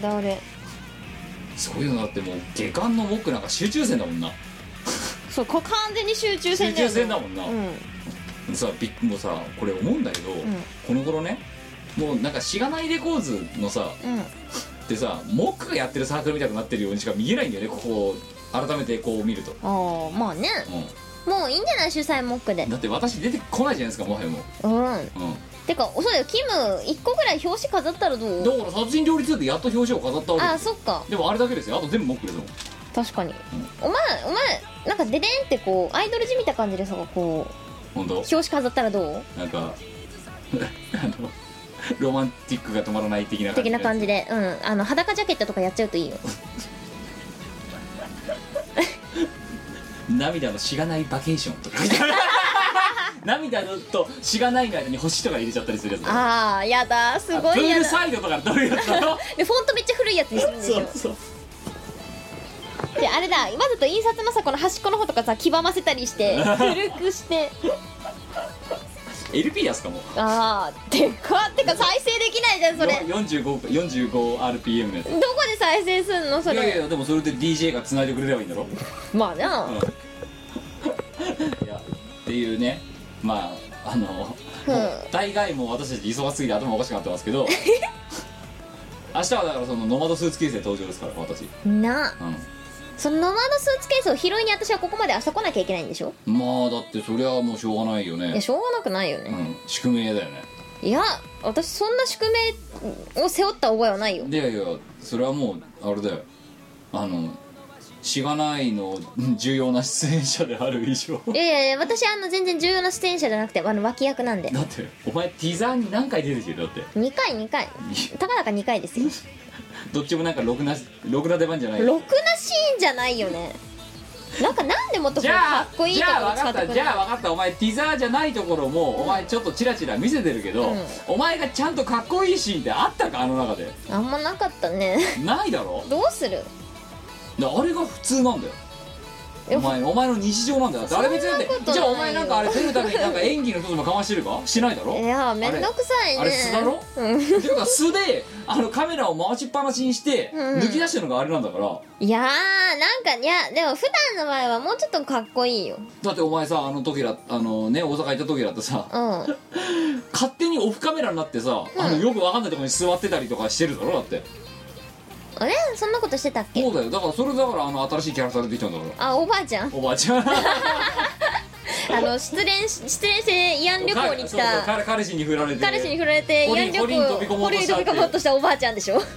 すごいよな。だってもう下巻のモックなんか集中線だもんな。 そうこれ完全に集中線だよね。 集中線だもんな。さもうさこれ思うんだけど、この頃ねもうなんかしがないレコーズのさ、でさモックがやってるサークルみたいになってるようにしか見えないんだよね。ここ改めてこう見ると。 まあね、もういいんじゃない主催モックで。 だって私出てこないじゃないですかもはやもう。 てかそうだよキム1個ぐらい表紙飾ったらどう？ だから殺人料理2でやっと表紙を飾ったわけです。 そっか。 でもあれだけですよ。あと全部モックですもん。 確かに、お前なんかデデンってこうアイドル地みた感じでさこう本当表紙飾ったらどう？ なんかロマンティックが止まらない的な感じで、 裸ジャケットとかやっちゃうといいよ。 涙のしがないバケーションとか涙としがないの間に星とか入れちゃったりするやつ。 やだすごいやだ。 プールサイドとかどういうやつだろ。 でフォントめっちゃ古いやつにするんでしょ。 そうであれだわざと印刷のさこの端っこの方とかさ黄ばませたりして古くして LP やすかも。 てか再生できないじゃんそれ。 45rpm のやつ。 どこで再生すんのそれ。 いやでもそれで DJ が繋いでくれればいいんだろ。 まあな、 いやっていうね。まあ大概もう私たち忙しすぎて頭おかしくなってますけど明日はだからそのノマドスーツケースで登場ですから私そのノマドスーツケースを拾いに私はここまで朝来なきゃいけないんでしょ。まあだってそれはもうしょうがないよね。いやしょうがなくないよね。宿命だよね。いや私そんな宿命を背負った覚えはないよ。いやそれはもうあれだよ。しがないの重要な出演者である以上。いや私全然重要な出演者じゃなくて脇役なんで。だってお前ティザーに何回出てきてるだって。2回たかだか2回ですよ。どっちもなんかろくな出番じゃない。ろくなシーンじゃないよね。なんでもっとじゃかあっこいいところ使ってくる。 じゃあ分かった、お前ティザーじゃないところもお前ちょっとチラチラ見せてるけど、お前がちゃんとかっこいいシーンってあったか、あの中で。 あんまなかったね。 ないだろ。 どうする？ あれが普通なんだよ。お前の日常なんだよ。あれ別にだって、じゃあお前なんかあれ出るためになんか演技の一つもかましてるかしないだろ。 いやめんどくさいね。 あれ素だろ。っていうか素でカメラを回しっぱなしにして抜き出してるのがあれなんだから。 いやーなんか、いやでも普段の場合はもうちょっとかっこいいよ。 だってお前さ、あの時大阪行った時だってさ、勝手にオフカメラになってさ、よくわかんないところに座ってたりとかしてるだろ。だってあれそんなことしてたっけ？ そうだよ。だからそれだから新しいキャラクター出てきたんだから。 あ、おばあちゃん。 おばあちゃん失恋して慰安旅行に来た彼氏に振られて慰安旅行ホリに飛び込もうとしたおばあちゃんでしょ。ど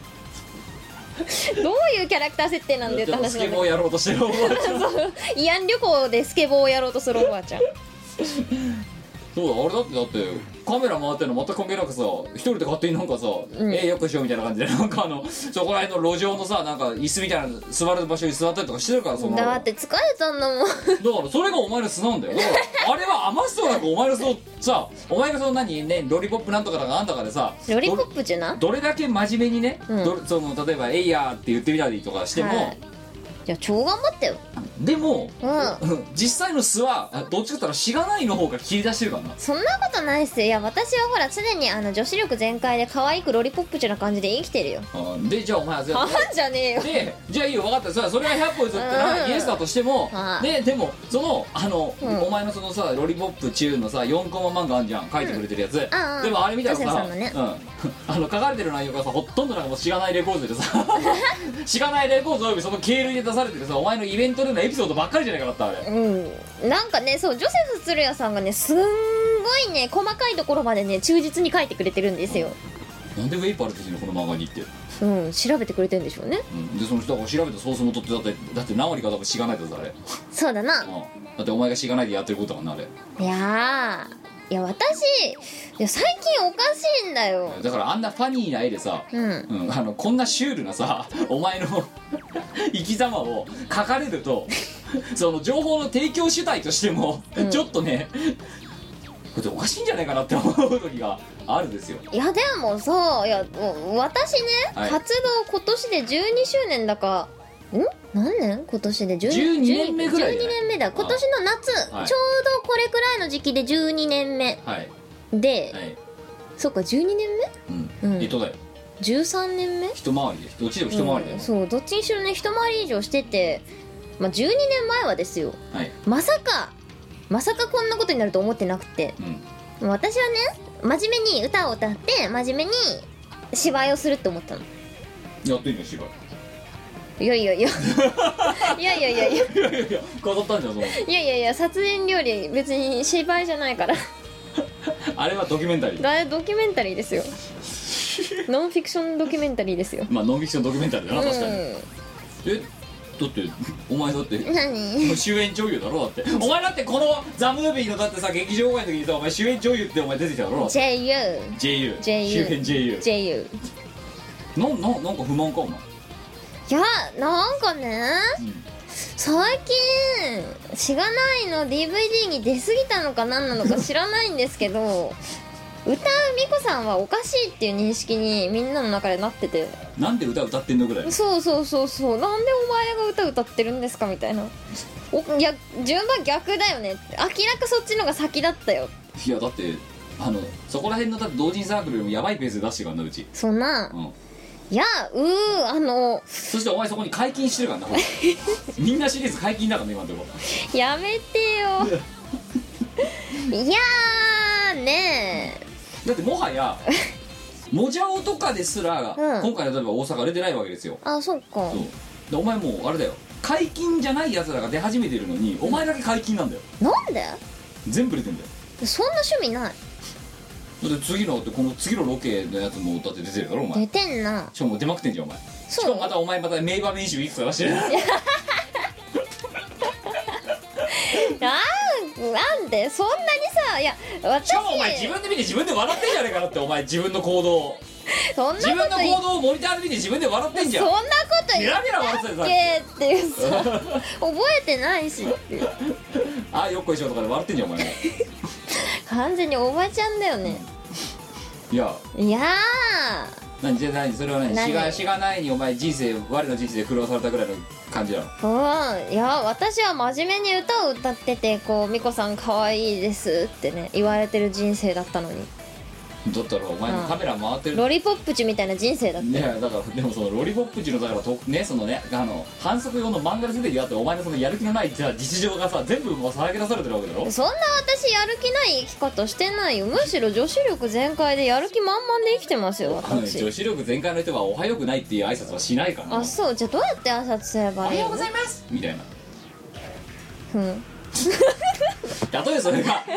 ういうキャラクター設定なんだよって話なんだスケボーやろうとしてるおばあちゃん慰安旅行でスケボーをやろうとするおばあちゃん。 そうだ、あれだってカメラ回ってるの全く関係なくさ、一人で勝手になんかさ、よくしようみたいな感じでなんかそこら辺の路上のさ、なんか椅子みたいな座る場所に座ったりとかしてるから。そんなだって疲れたんだもん。だからそれがお前の素なんだよ。だからあれは余すとなくお前の素さ、お前がそのロリポップなんとかだかなんとかでさ、 ロリポップじゃな、 どれだけ真面目にね、例えばエイヤーって言ってみたりとかしても、 いや超頑張ったよ。 でも、実際の素はどっちかって言ったらしがないの方が切り出してるからな。 そんなことないっすよ。いや私はほら常に女子力全開で可愛くロリポップチュな感じで生きてるよ。 でじゃあお前はじゃねえよ。 でじゃあいいよ、分かった。それは100歩譲ってイエスだとしても、でもそのお前のそのさロリポップ中のさ4コマ漫画あんじゃん、書いてくれてるやつ。でもあれ見たらさ、書かれてる内容がさほとんどなんかもうしがないレコードでさしがないレコードおよびその経類で出されてるさ、お前のイベントでのエピソードばっかりじゃないかなってあれ。 なんかね、そうジョセフ鶴谷さんがねすんごいね細かいところまでね忠実に書いてくれてるんですよ。 なんでウェイパールってこの漫画にって。 調べてくれてるんでしょうね。 でその人が調べたソース元ってだって何割か多分しがないだぞあれ。 そうだな。 だってお前がしがないでやってることだからなあれ。 いや私最近おかしいんだよ。 だからあんなファニーな絵でさ、こんなシュールなさお前の生き様を書かれるとその情報の提供主体としても、ちょっとねこれおかしいんじゃないかなって思う時があるんですよ。 いやでもさ、いや私ね、活動今年で12周年だか何年今年で 12年目ぐらい 12年目だ。今年の夏、ちょうどこれくらいの時期で12年目、で、そっか12年目、 だよ 13年目一回りで、どっちでも一回りだよ、 そうどっちにしろね一回り以上してて、12年前はですよ、まさかこんなことになると思ってなくて、私はね真面目に歌を歌って真面目に芝居をするって思ったの。 やってんの芝居。 いや飾ったんじゃんその。 いや殺人料理別に芝居じゃないからあれはドキュメンタリー。 ドキュメンタリーですよノンフィクションドキュメンタリーですよ。 まあノンフィクションドキュメンタリーだな、確かに。だってお前だって何主演女優だろ。だってお前だってこのザ・ムービーのだってさ劇場公演の時にさお前主演女優ってお前出てきただろ。 JU 主演 JU なんか不満かお前。 いやなんかね、最近しがないの DVD に出過ぎたのか何なのか知らないんですけど歌う美子さんはおかしいっていう認識にみんなの中でなってて、 なんで歌ってんのぐらい。 そうなんでお前が歌ってるんですかみたいな。いや順番逆だよねって、明らかそっちのが先だったよ。 いやだってそこら辺のだって同人サークルよりもやばいペースで出してるからなうち。 そんな、いやそしてお前そこに解禁してるからなみんなシリーズ解禁だからね今のところ。 やめてよいやーねだってもはやモジャオとかですら、今回例えば大阪出てないわけですよ。 あ、そっか。 そうでお前もうあれだよ、解禁じゃないやつらが出始めてるのに、お前だけ解禁なんだよ。 なんで全部出てんだよ。 そんな趣味ない。 だってこの次のロケのやつもだって出てるだろお前。 出てんな。 しかも出まくってんじゃんお前。 そう。 しかもまたお前名場面集いくつか出してるなんでそんなにさ、いや私しかもお前自分で見て自分で笑ってんじゃねえかなって、お前自分の行動そんなこと自分の行動をモニターで見て自分で笑ってんじゃん。 そんなここと言ったっけっていうさ覚えてないしっていうあよっこいしょとかで笑ってんじゃんお前完全におばちゃんだよね。 いや何それはしがないにお前我の人生で苦労されたぐらいの感じなの？ いや私は真面目に歌を歌っててこう美子さん可愛いですってね言われてる人生だったのに。 だったらお前のカメラ回ってるロリポップチみたいな人生だったね。だからでもそのロリポップチのだからねそのね反則用の漫画で出てるよってお前のそのやる気のない実情がさ全部もうさらけ出されてるわけだろ。 そんな私やる気ない生き方してないよ。むしろ女子力全開でやる気満々で生きてますよ私。 女子力全開の人はおはよくないっていう挨拶はしないからな。 あそうじゃあどうやって挨拶すればいいの？ おはようございますみたいな例えそれが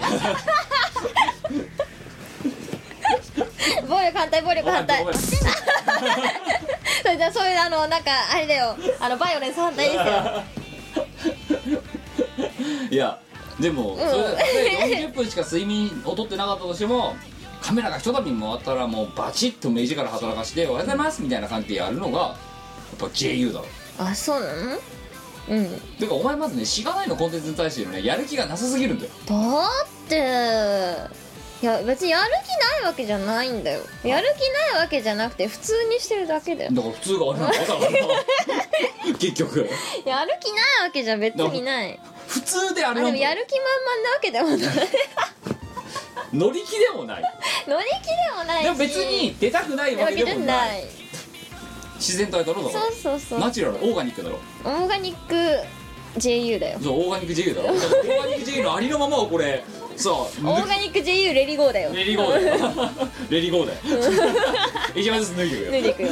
暴力反対暴力反対それじゃあそういうなんかあれだよバイオレンス反対ですよいやでも、それ40分しか睡眠をとってなかったとしてもカメラがひとたび回ったらもうバチッと目力働かしておはようございますみたいな感じでやるのがやっぱ JU だろ。 あそうなの？ てかお前まずねしがないのコンテンツに対してのねやる気がなさすぎるんだよ。 だっていや別にやる気ないわけじゃないんだよ。やる気ないわけじゃなくて普通にしてるだけだよ。 だから普通があれなんだから結局やる気ないわけじゃ別にない。 普通であれなんだ。 でもやる気満々なわけでもない乗り気でもない乗り気でもないしでも別に出たくないわけでもない自然体だろだからそうナチュラルオーガニックだろ。 オーガニック JU だよ。 そうオーガニック JU だろオーガニック JU のありのままをこれさあオーガニック JU レリゴーだよ。 レリゴーだよレリゴーだよ一枚ずつ脱いでいくよ脱いでいくよ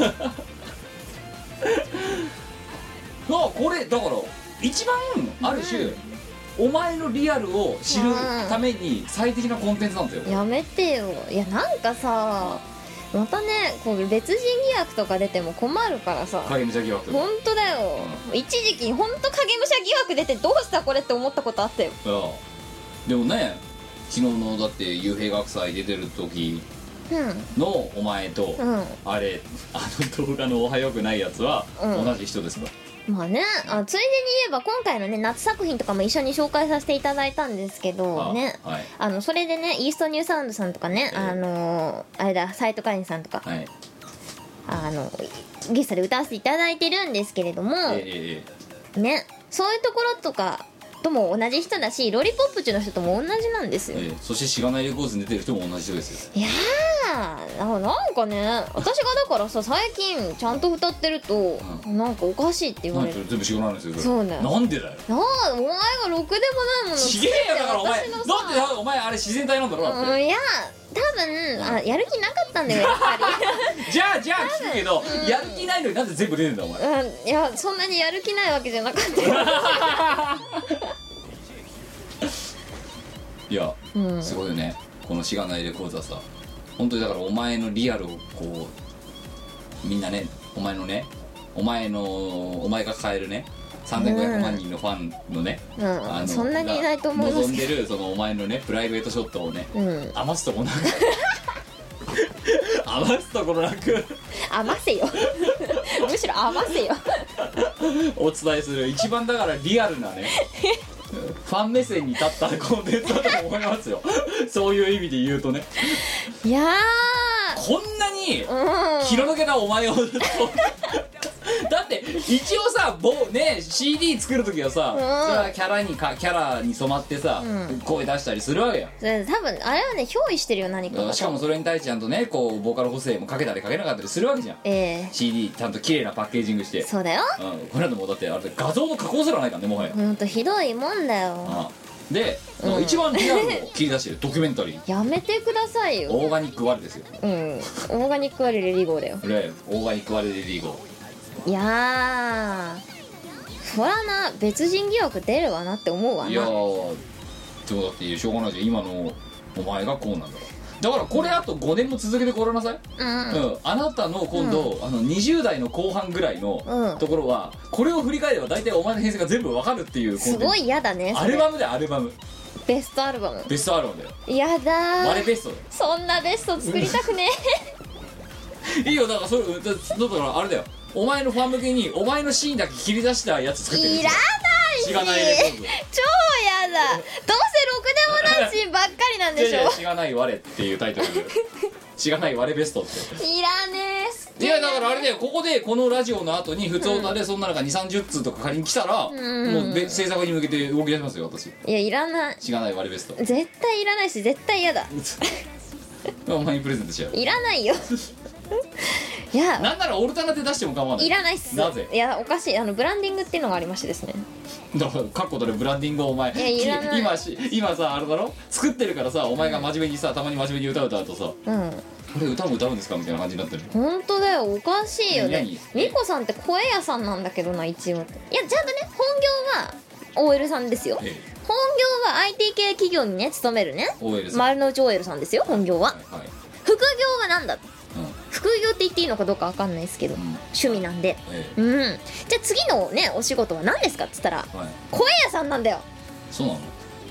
これだから一番ある種、お前のリアルを知るために最適なコンテンツなんだよ。 やめてよ。いやなんかさまたねこう別人疑惑とか出ても困るからさ。 影武者疑惑。 本当だよ、一時期本当影武者疑惑出てどうしたこれって思ったことあったよ。 でもね昨日のだって幽閉学祭出てる時のお前と、あれ動画のおはよくないやつは同じ人ですか？ まあねついでに言えば今回のね夏作品とかも一緒に紹介させていただいたんですけどね、それでねイーストニューサウンドさんとかね、あれだ斉藤かりんさんとか、ゲストで歌わせていただいてるんですけれども、ねそういうところとかとも同じ人だしロリポップチュの人とも同じなんですよ、 そしてしがないレコーズに出てる人も同じ人ですよ。 いやなんかね私がだからさ最近ちゃんと歌ってると、なんかおかしいって言われる。 全部しがないんですよ。 そうだよ。 なんでだよ。 お前がろくでもないものちげえよだからお前だってお前あれ自然体なんだろだって。 いや多分やる気なかったんだよやっぱりじゃあ聞くけど、やる気ないのになんで全部出てんだお前。 いやそんなにやる気ないわけじゃなかったよいや、すごいよねこのしがないレコードはさ。本当にだからお前のリアルをこうみんなねお前が抱えるね3500万人のファンのね、 そんなにいないと思います望んでるそのお前のねプライベートショットをね、余すとこなく余すところなく余せよむしろ余せよお伝えする一番だからリアルなねファン目線に立ったコンテンツだと思いますよそういう意味で言うとね。 いやこんなに気の抜けたお前をだって一応さCD 作るときはさ、それはキャラに染まってさ、声出したりするわけよ。 多分あれはね憑依してるよ何か。 しかもそれに対してちゃんとねこうボーカル補正もかけたりかけなかったりするわけじゃん。CD ちゃんと綺麗なパッケージングして。 そうだよ。 これだともうだってあれ画像の加工すらないからねもはや。 ほんとひどいもんだよ。 で、一番リアルを切り出してるドキュメンタリーやめてくださいよ。 オーガニックワルですよ。 オーガニックワルレリゴーだよ。 オーガニックワルレリゴー。 いやそらな別人疑惑出るわなって思うわな。 いやでもだってしょうがないじゃん今のお前がこうなんだろ。だからこれあと5年も続けてこらなさい。あなたの今度、20代の後半ぐらいのところは、これを振り返れば大体お前の編成が全部わかるっていうすごい嫌だね。 アルバムだよアルバム。 ベストアルバム。 ベストアルバムだよ。 やだー。 バレベストだよ。 そんなベスト作りたくねいいよだからそれだからあれだよお前のファン向けにお前のシーンだけ切り出したやつ作ってるんいらですよ。 ないし、 しがないレコード。 超やだ。どうせろくでもないシーンばっかりなんでしょ。 しがない我っていうタイトルしがない我ベストって。 いらねえ。 いやだからあれだよ、ここでこのラジオの後に普通歌でそんな中2、30通とか仮に来たら、もう制作に向けて動き出しますよ私。 いや、いらない。 しがない我ベスト絶対いらないし、絶対嫌だ。 お前にプレゼントしちゃう。 いらないよ。いや、 なんならオルタナで出しても構わない。 いらないっす。 なぜ？ いや、おかしい。ブランディングっていうのがありましてですね。 だからカッコとでブランディングをお前、 いや、いらない。 今さあれだろ、作ってるからさ、お前が真面目にさ、たまに真面目に歌うとさ、 うん、 これ歌も歌うんですかみたいな感じになってる。 本当だよ、おかしいよね。 何みこさんって声屋さんなんだけどな、一応。いや、ちゃんとね、本業は OL さんですよ。本業は IT 系企業にね勤めるね OL さん、 丸の内 OL さんですよ、本業は。 はいはい、 副業はなんだ、副業って言っていいのかどうかわかんないですけど、趣味なんで、じゃあ次のねお仕事は何ですかっつったら、声屋さんなんだよ。 そうなの？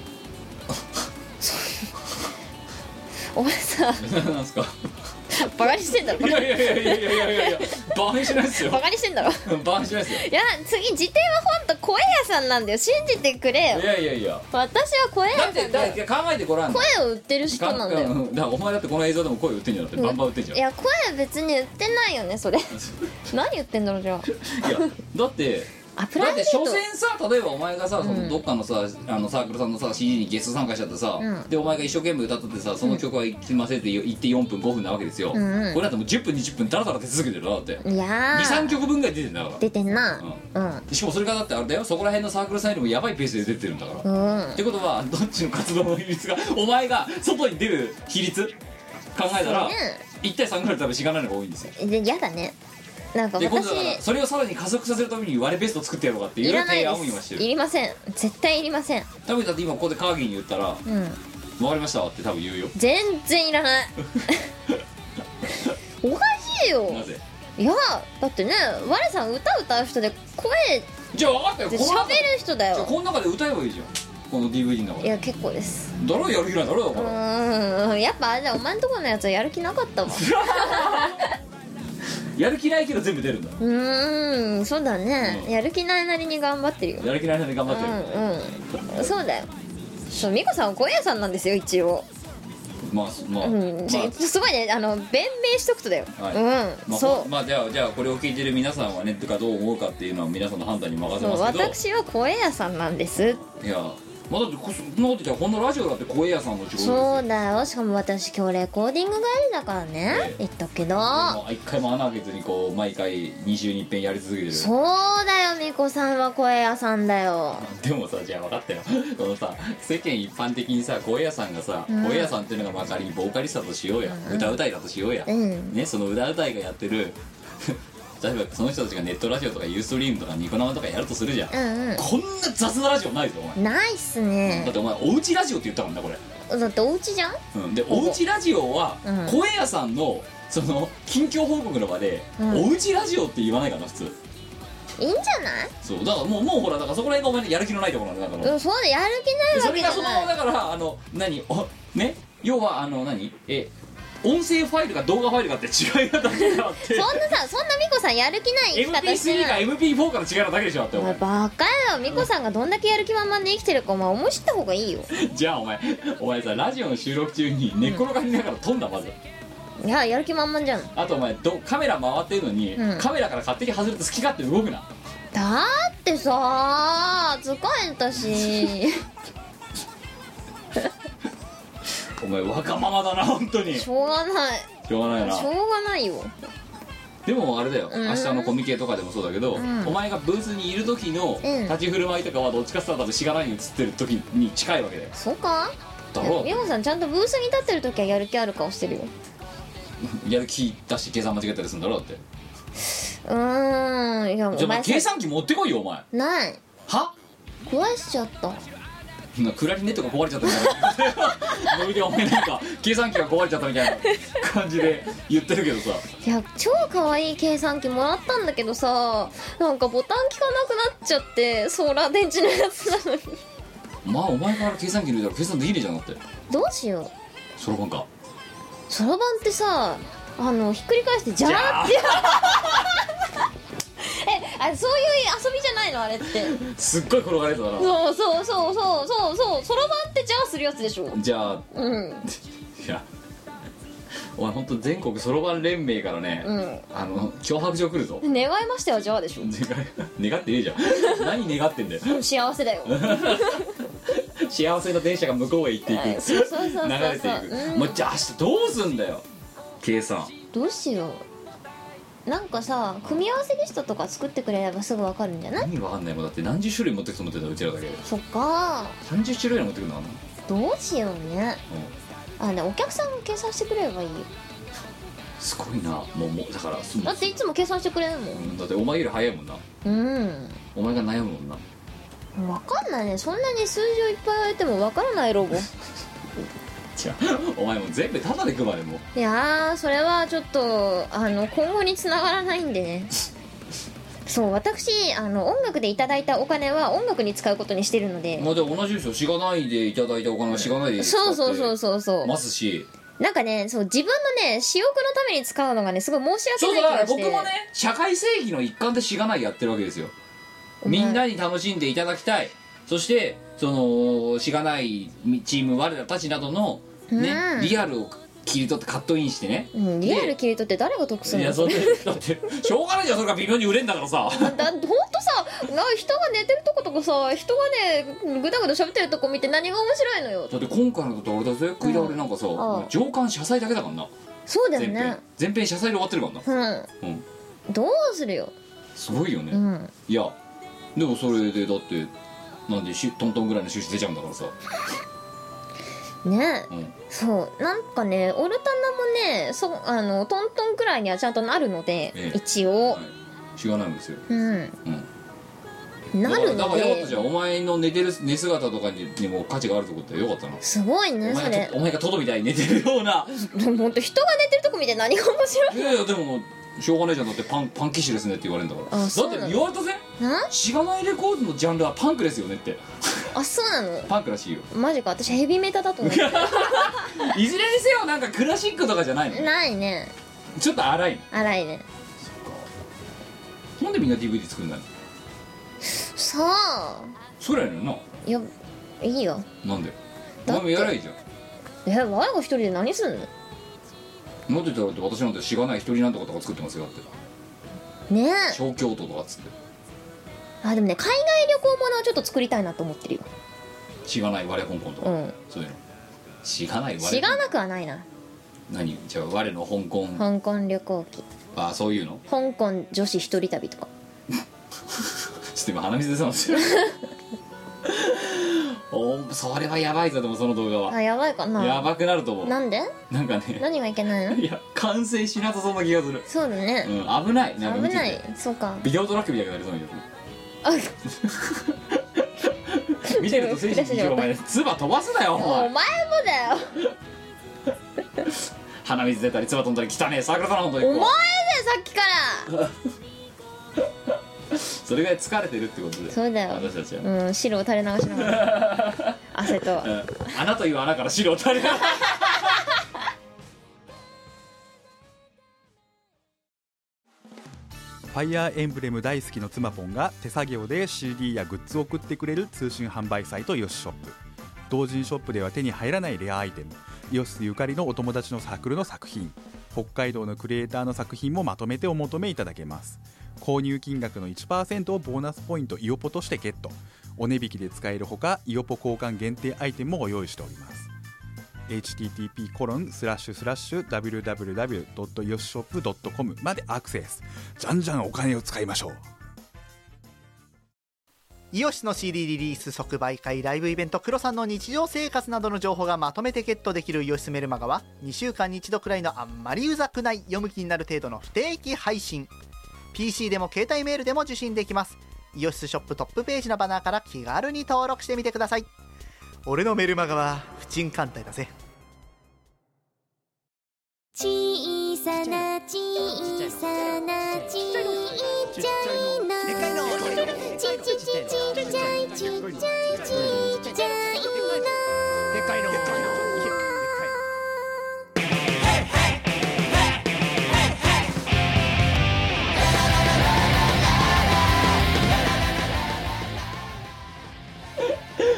お前さなんすか？ バカにしてんだろ。 いやバカにしないですよ。 バカにしてんだろ。 バカにしないですよ。 いや、次辞典はほんと声屋さんなんだよ、信じてくれよ。 いや私は声屋さんだって考えてごらん。 声を売ってる人なんだよ。 だからお前だってこの映像でも声売ってんじゃん。だってバンバン売ってんじゃん。 いや、声別に売ってないよね、それ。何言ってんだろう、じゃあ。 いやだってプライベート所詮さ、例えばお前がさ、そのどっかのさ、サークルさんのさ CD にゲスト参加しちゃってさ、でお前が一生懸命歌っててさ、その曲は行きませんって言って4分5分なわけですよ。これだってもう10分20分ダラダラ手続けてるだって。 いやー、 2,3 曲分ぐらい出てんだから。 出てんな。 しかもそれがだってあれだよ、そこら辺のサークルさんよりもやばいペースで出てるんだから。ってことはどっちの活動の比率が、お前が外に出る比率考えたら1対3ぐらい多分しがないのが多いんですよ。 で、やだね。なんかで今度私だからそれをさらに加速させるために割れベスト作ってやろうかっていう提案を今してる。 いりません、絶対いりません。 多分だって今ここでカーギーに言ったら「分かりました」って多分言うよ。 全然いらない。おかしいよ。 なぜ？ いや、だってね、我さん歌う人で声じゃあ分かったよ、 で喋る人だよ。 じゃあこの中で歌えばいいじゃん、この DVD の中で。 いや、結構です。 だろ、やる気ないだろ、だから。 やっぱじゃあお前んとこのやつはやる気なかったわ。 やる気ないけど全部出るんだ。 そうだね、やる気ないなりに頑張ってるよ。 やる気ないなりに頑張ってる。 そうだよ。そう、美子さんは声屋さんなんですよ、一応。 すごいね、弁明しとくとだよ。そう。 じゃあこれを聞いてる皆さんはね、かどう思うかっていうのは皆さんの判断に任せますけど、 私は声屋さんなんです。 いや、だってそんなこと言ったらこのラジオだって声屋さんの仕事ですよ。 そうだよ。しかも私今日レコーディング帰りだからね、言っとくけど、 一回も穴開けずにこう毎回2週に一遍やり続けてる。 そうだよ、美子さんは声屋さんだよ。 でもさ、じゃあ分かったよ。このさ、世間一般的にさ、声屋さんがさ、声屋さんっていうのが仮にボーカリストだとしようや、歌うたいだとしようや、ね、その歌うたいがやってる例えばその人たちがネットラジオとかユーストリームとかニコ生とかやるとするじゃん、こんな雑なラジオないぞお前。 ないっすね。 だってお前おうちラジオって言ったもんな、これ。 だっておうちじゃん。 でおうちラジオは、声屋さんのその近況報告の場で、おうちラジオって言わないかな普通。 いいんじゃない？ そうだからもうほら、だからそこら辺がお前のやる気のないところなんだから。 そうだ、やる気ないわけじゃない。 それがそのだからね、要は音声ファイルか動画ファイルかって違いがだけがあってそんな美子さんやる気ない生き方してない。 MP3 か MP4 かの違いなだけでしょ。だってお前バカよ。美子さんがどんだけやる気満々で生きてるかお前思い知った方がいいよ。 じゃあお前さ、ラジオの収録中に寝っ転がりながら飛んだ、まず。 いや、やる気満々じゃん。 あとお前カメラ回ってるのに、カメラから勝手に外れて好き勝手動くな。 だってさ、疲れたし。 お前わがままだな本当に。 しょうがない。 しょうがないな。 しょうがないよ。 でもあれだよ、明日のコミケとかでもそうだけど、お前がブースにいる時の立ち振る舞いとかはどっちかって言ったらしがらに映ってる時に近いわけだよ。 そうか？ だろう。 美穂さんちゃんとブースに立ってる時はやる気ある顔してるよ。 やる気出して計算間違ったりするんだろうって。 いや、 じゃあ計算機持ってこいよお前。 ない。 は？ 壊しちゃった。 クラリネットが壊れちゃったみたいなノリでお前なんか計算機が壊れちゃったみたいな感じで言ってるけどさ。 いや、超可愛い計算機もらったんだけどさ、なんかボタン効かなくなっちゃって、ソーラー電池のやつなのに。 まあお前から計算機抜いたら計算できねえじゃん。だってどうしよう。 そろばんか。 そろばんってさ、ひっくり返してジャーってあ、そういう遊びじゃないのあれって。 すっごい転がれただな。 そうそろばんってジャンするやつでしょ。 じゃあ、いやお前ほんと全国そろばん連盟からね、脅迫状来るぞ。 願いましたよじゃあでしょ。 願ってねえじゃん。何願ってんだよ。 幸せだよ。 幸せな電車が向こうへ行っていく、流れていく。もうじゃあ明日どうすんだよ計算。 どうしよう。なんかさ、組み合わせリストとか作ってくれればすぐ分かるんじゃない？ 何わかんないもん。だって何十種類持ってくと思ってたうちらだけで。 そっか 30種類持ってくるのかな。 どうしようね。ね、お客さんが計算してくれればいいよ。 すごいな。もうだからだっていつも計算してくれるもん。 だってお前より早いもんな。お前が悩むもんな。 分かんないね。そんなに数字をいっぱい言われても分からないロボ。 じゃあお前も全部タダで配れ。もういやー、それはちょっと今後に繋がらないんでね。そう、私音楽でいただいたお金は音楽に使うことにしてるので。 まあでも同じでしょ。しがないでいただいたお金はしがないで使ってますし、 なんかね、そう、自分のね私欲のために使うのがねすごい申し訳ない気がして。 そうだから僕もね、社会正義の一環でしがないやってるわけですよ。みんなに楽しんでいただきたい。そしてそのしがないチーム我らたちなどのね、リアルを切り取ってカットインしてね、 リアル切り取って誰が得するの？ いやだってしょうがないじゃん。それが微妙に売れんだからさ。ほんとさ、人が寝てるとことかさ、人がねぐだぐだ喋ってるとこ見て何が面白いのよ。 だって今回のこと俺だぜ、食い倒れなんかさ、上巻謝罪だけだからな。 そうだよね。 前編謝罪で終わってるからな。 どうするよ。 すごいよね。いやでもそれでだってなんでトントンぐらいの収支出ちゃうんだからさ。 ね、そうなんかね、オルタナもね、トントンくらいにはちゃんとなるので、一応、 しがないんですよ。 なるので、 だからよかったじゃん。お前の寝てる寝姿とかにも価値があるとこってよかったな。 すごいね。それお前がトドみたいに寝てるような。 ほんと人が寝てるとこ見て何が面白い。 いやでもしょうがないじゃん。だってパンキッシュですねって言われるんだから。だって言われたぜ。しがないレコードのジャンルはパンクですよねって。 あ、そうなの？ パンクらしいよ。 マジか。私ヘビメタだと思って。 いずれにせよなんかクラシックとかじゃないの？ ないね。 ちょっと荒いね。 そっか。なんでみんな DVD 作るんだよ。 さあそれやねんな。 いや、いいよ。 なんで？お前もやらいじゃん。 我が一人で何すんの？ なんで言ったら私なんてしがない一人なんとかとか作ってますよ。だってねえ、小京都とかっつって。 あ、でもね、海外旅行ものはちょっと作りたいなと思ってるよ。 しがない我香港とか、そういうの。しがない我、 しがなくはないな。 何？じゃあ我の香港旅行記。 あ、そういうの？ 香港女子一人旅とか。 ちょっと今鼻水出てますよ。それはやばいぞ。でもその動画は。 あ、やばいかな。 やばくなると思う。 なんで？ なんかね。 何がいけないの？ いや、完成しなさそうな気がする。 そうだね。 危ない。 危ない。そうか。 ビデオトラックみたいになりそうになる。見てると精神的にお前唾飛ばすなよ。 お前もだよ。 鼻水出たり唾飛んだり汚ねえサークルだな本当に。 お前だよさっきから。 それぐらい疲れてるってことで。 そうだよ。 私たちは。 汁を垂れ流しながら。汗と。 穴という穴から汁を垂れ流し。 ファイアーエンブレム大好きの妻ポンが手作業で CD やグッズを送ってくれる通信販売サイトヨシショップ。同人ショップでは手に入らないレアアイテム、イオシスゆかりのお友達のサークルの作品、北海道のクリエイターの作品もまとめてお求めいただけます。購入金額の 1% をボーナスポイントイオポとしてゲット。お値引きで使えるほかイオポ交換限定アイテムもご用意しております。http://www.yoshishop.com までアクセス。じゃんじゃんお金を使いましょう。 イオシスの CD リリース即売会ライブイベントクロさんの日常生活などの情報がまとめてゲットできるイオシスメルマガは2週間に1度くらいのあんまりうざくない読む気になる程度の不定期配信。 PC でも携帯メールでも受信できます。イオシスショップトップページのバナーから気軽に登録してみてください。俺のメルマガは不沈艦隊だぜ。 小さな小さなちっちゃいのちちちちちっちゃいちっちゃいちっちゃいのでかいの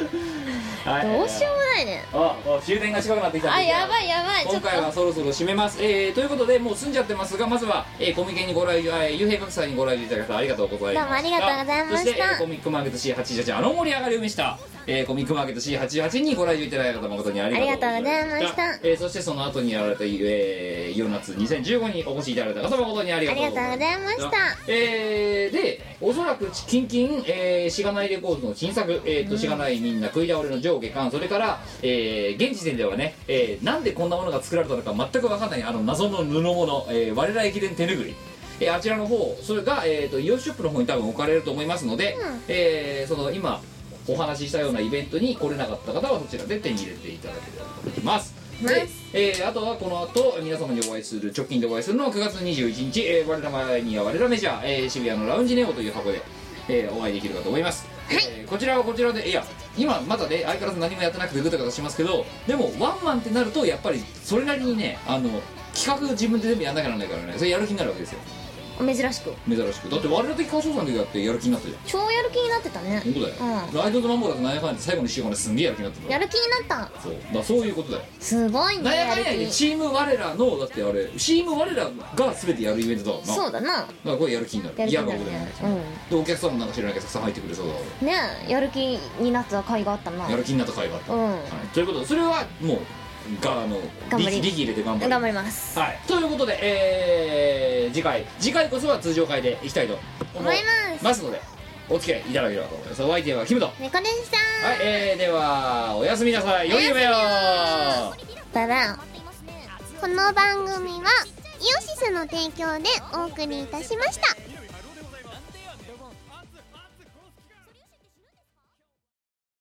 はい、 どうしようもないね。 終電が近くなってきたんで、 あ、やばいやばい。 今回はそろそろ締めます。ということでもう済んじゃってますが、まずは、コミケにご来場、幽閉学祭にご来場いただきありがとうございました。 どうもありがとうございました。 そして、コミックマーケット C88 盛り上がりを見せた、コミックマーケット C88 にご来場いただいた方誠にありがとうございました。そしてその後にやられた、夜夏2015にお越しいただいた方誠にありがとうございました。でおそらくキンキン、しがないレコードの新作、しがないみんな食い倒れの上下巻、それから、現時点ではね、なんでこんなものが作られたのか全く分かんない謎の布物、我ら駅伝手ぬぐり、あちらの方、それが、イオシショップの方に多分置かれると思いますので、その今お話ししたようなイベントに来れなかった方はそちらで手に入れていただければと思います。で、あとはこの後皆様にお会いする、直近でお会いするのは9月21日、我ら前には我らメジャー、渋谷のラウンジネオという箱で、お会いできるかと思います。こちらはこちらで、いや今まだね相変わらず何もやってなくてグタグタしますけど、でもワンマンってなるとやっぱりそれなりにね、企画自分で全部やんなきゃならないからね、それやる気になるわけですよ。 珍しくだって我ら的歌唱さんの時だってやる気になったじゃん。 超やる気になってたね。 本当だよ、ライドとマンボラとなんやかんやって最後の1週間ですんげえやる気になってた。 やる気になった。 そういうことだよ。 すごいね。 なんやかんやでチーム我らの、だってあれチーム我らが全てやるイベントだからな。そうだな。 だからこれやる気になる。 やる気になるね。 でお客さんもなんか知らないけどたくさん入ってくれそうだね。やる気になった回があったな。 やる気になった回があった。ということでそれはもう力入れて頑張ります。はい、ということで、次回こそは通常回でいきたいと思いますのでお付き合いいただければと思います。お相手はキムと猫でした。 はい、ではおやすみなさい。良い夢を。 バイバイ。 この番組はイオシスの提供でお送りいたしました。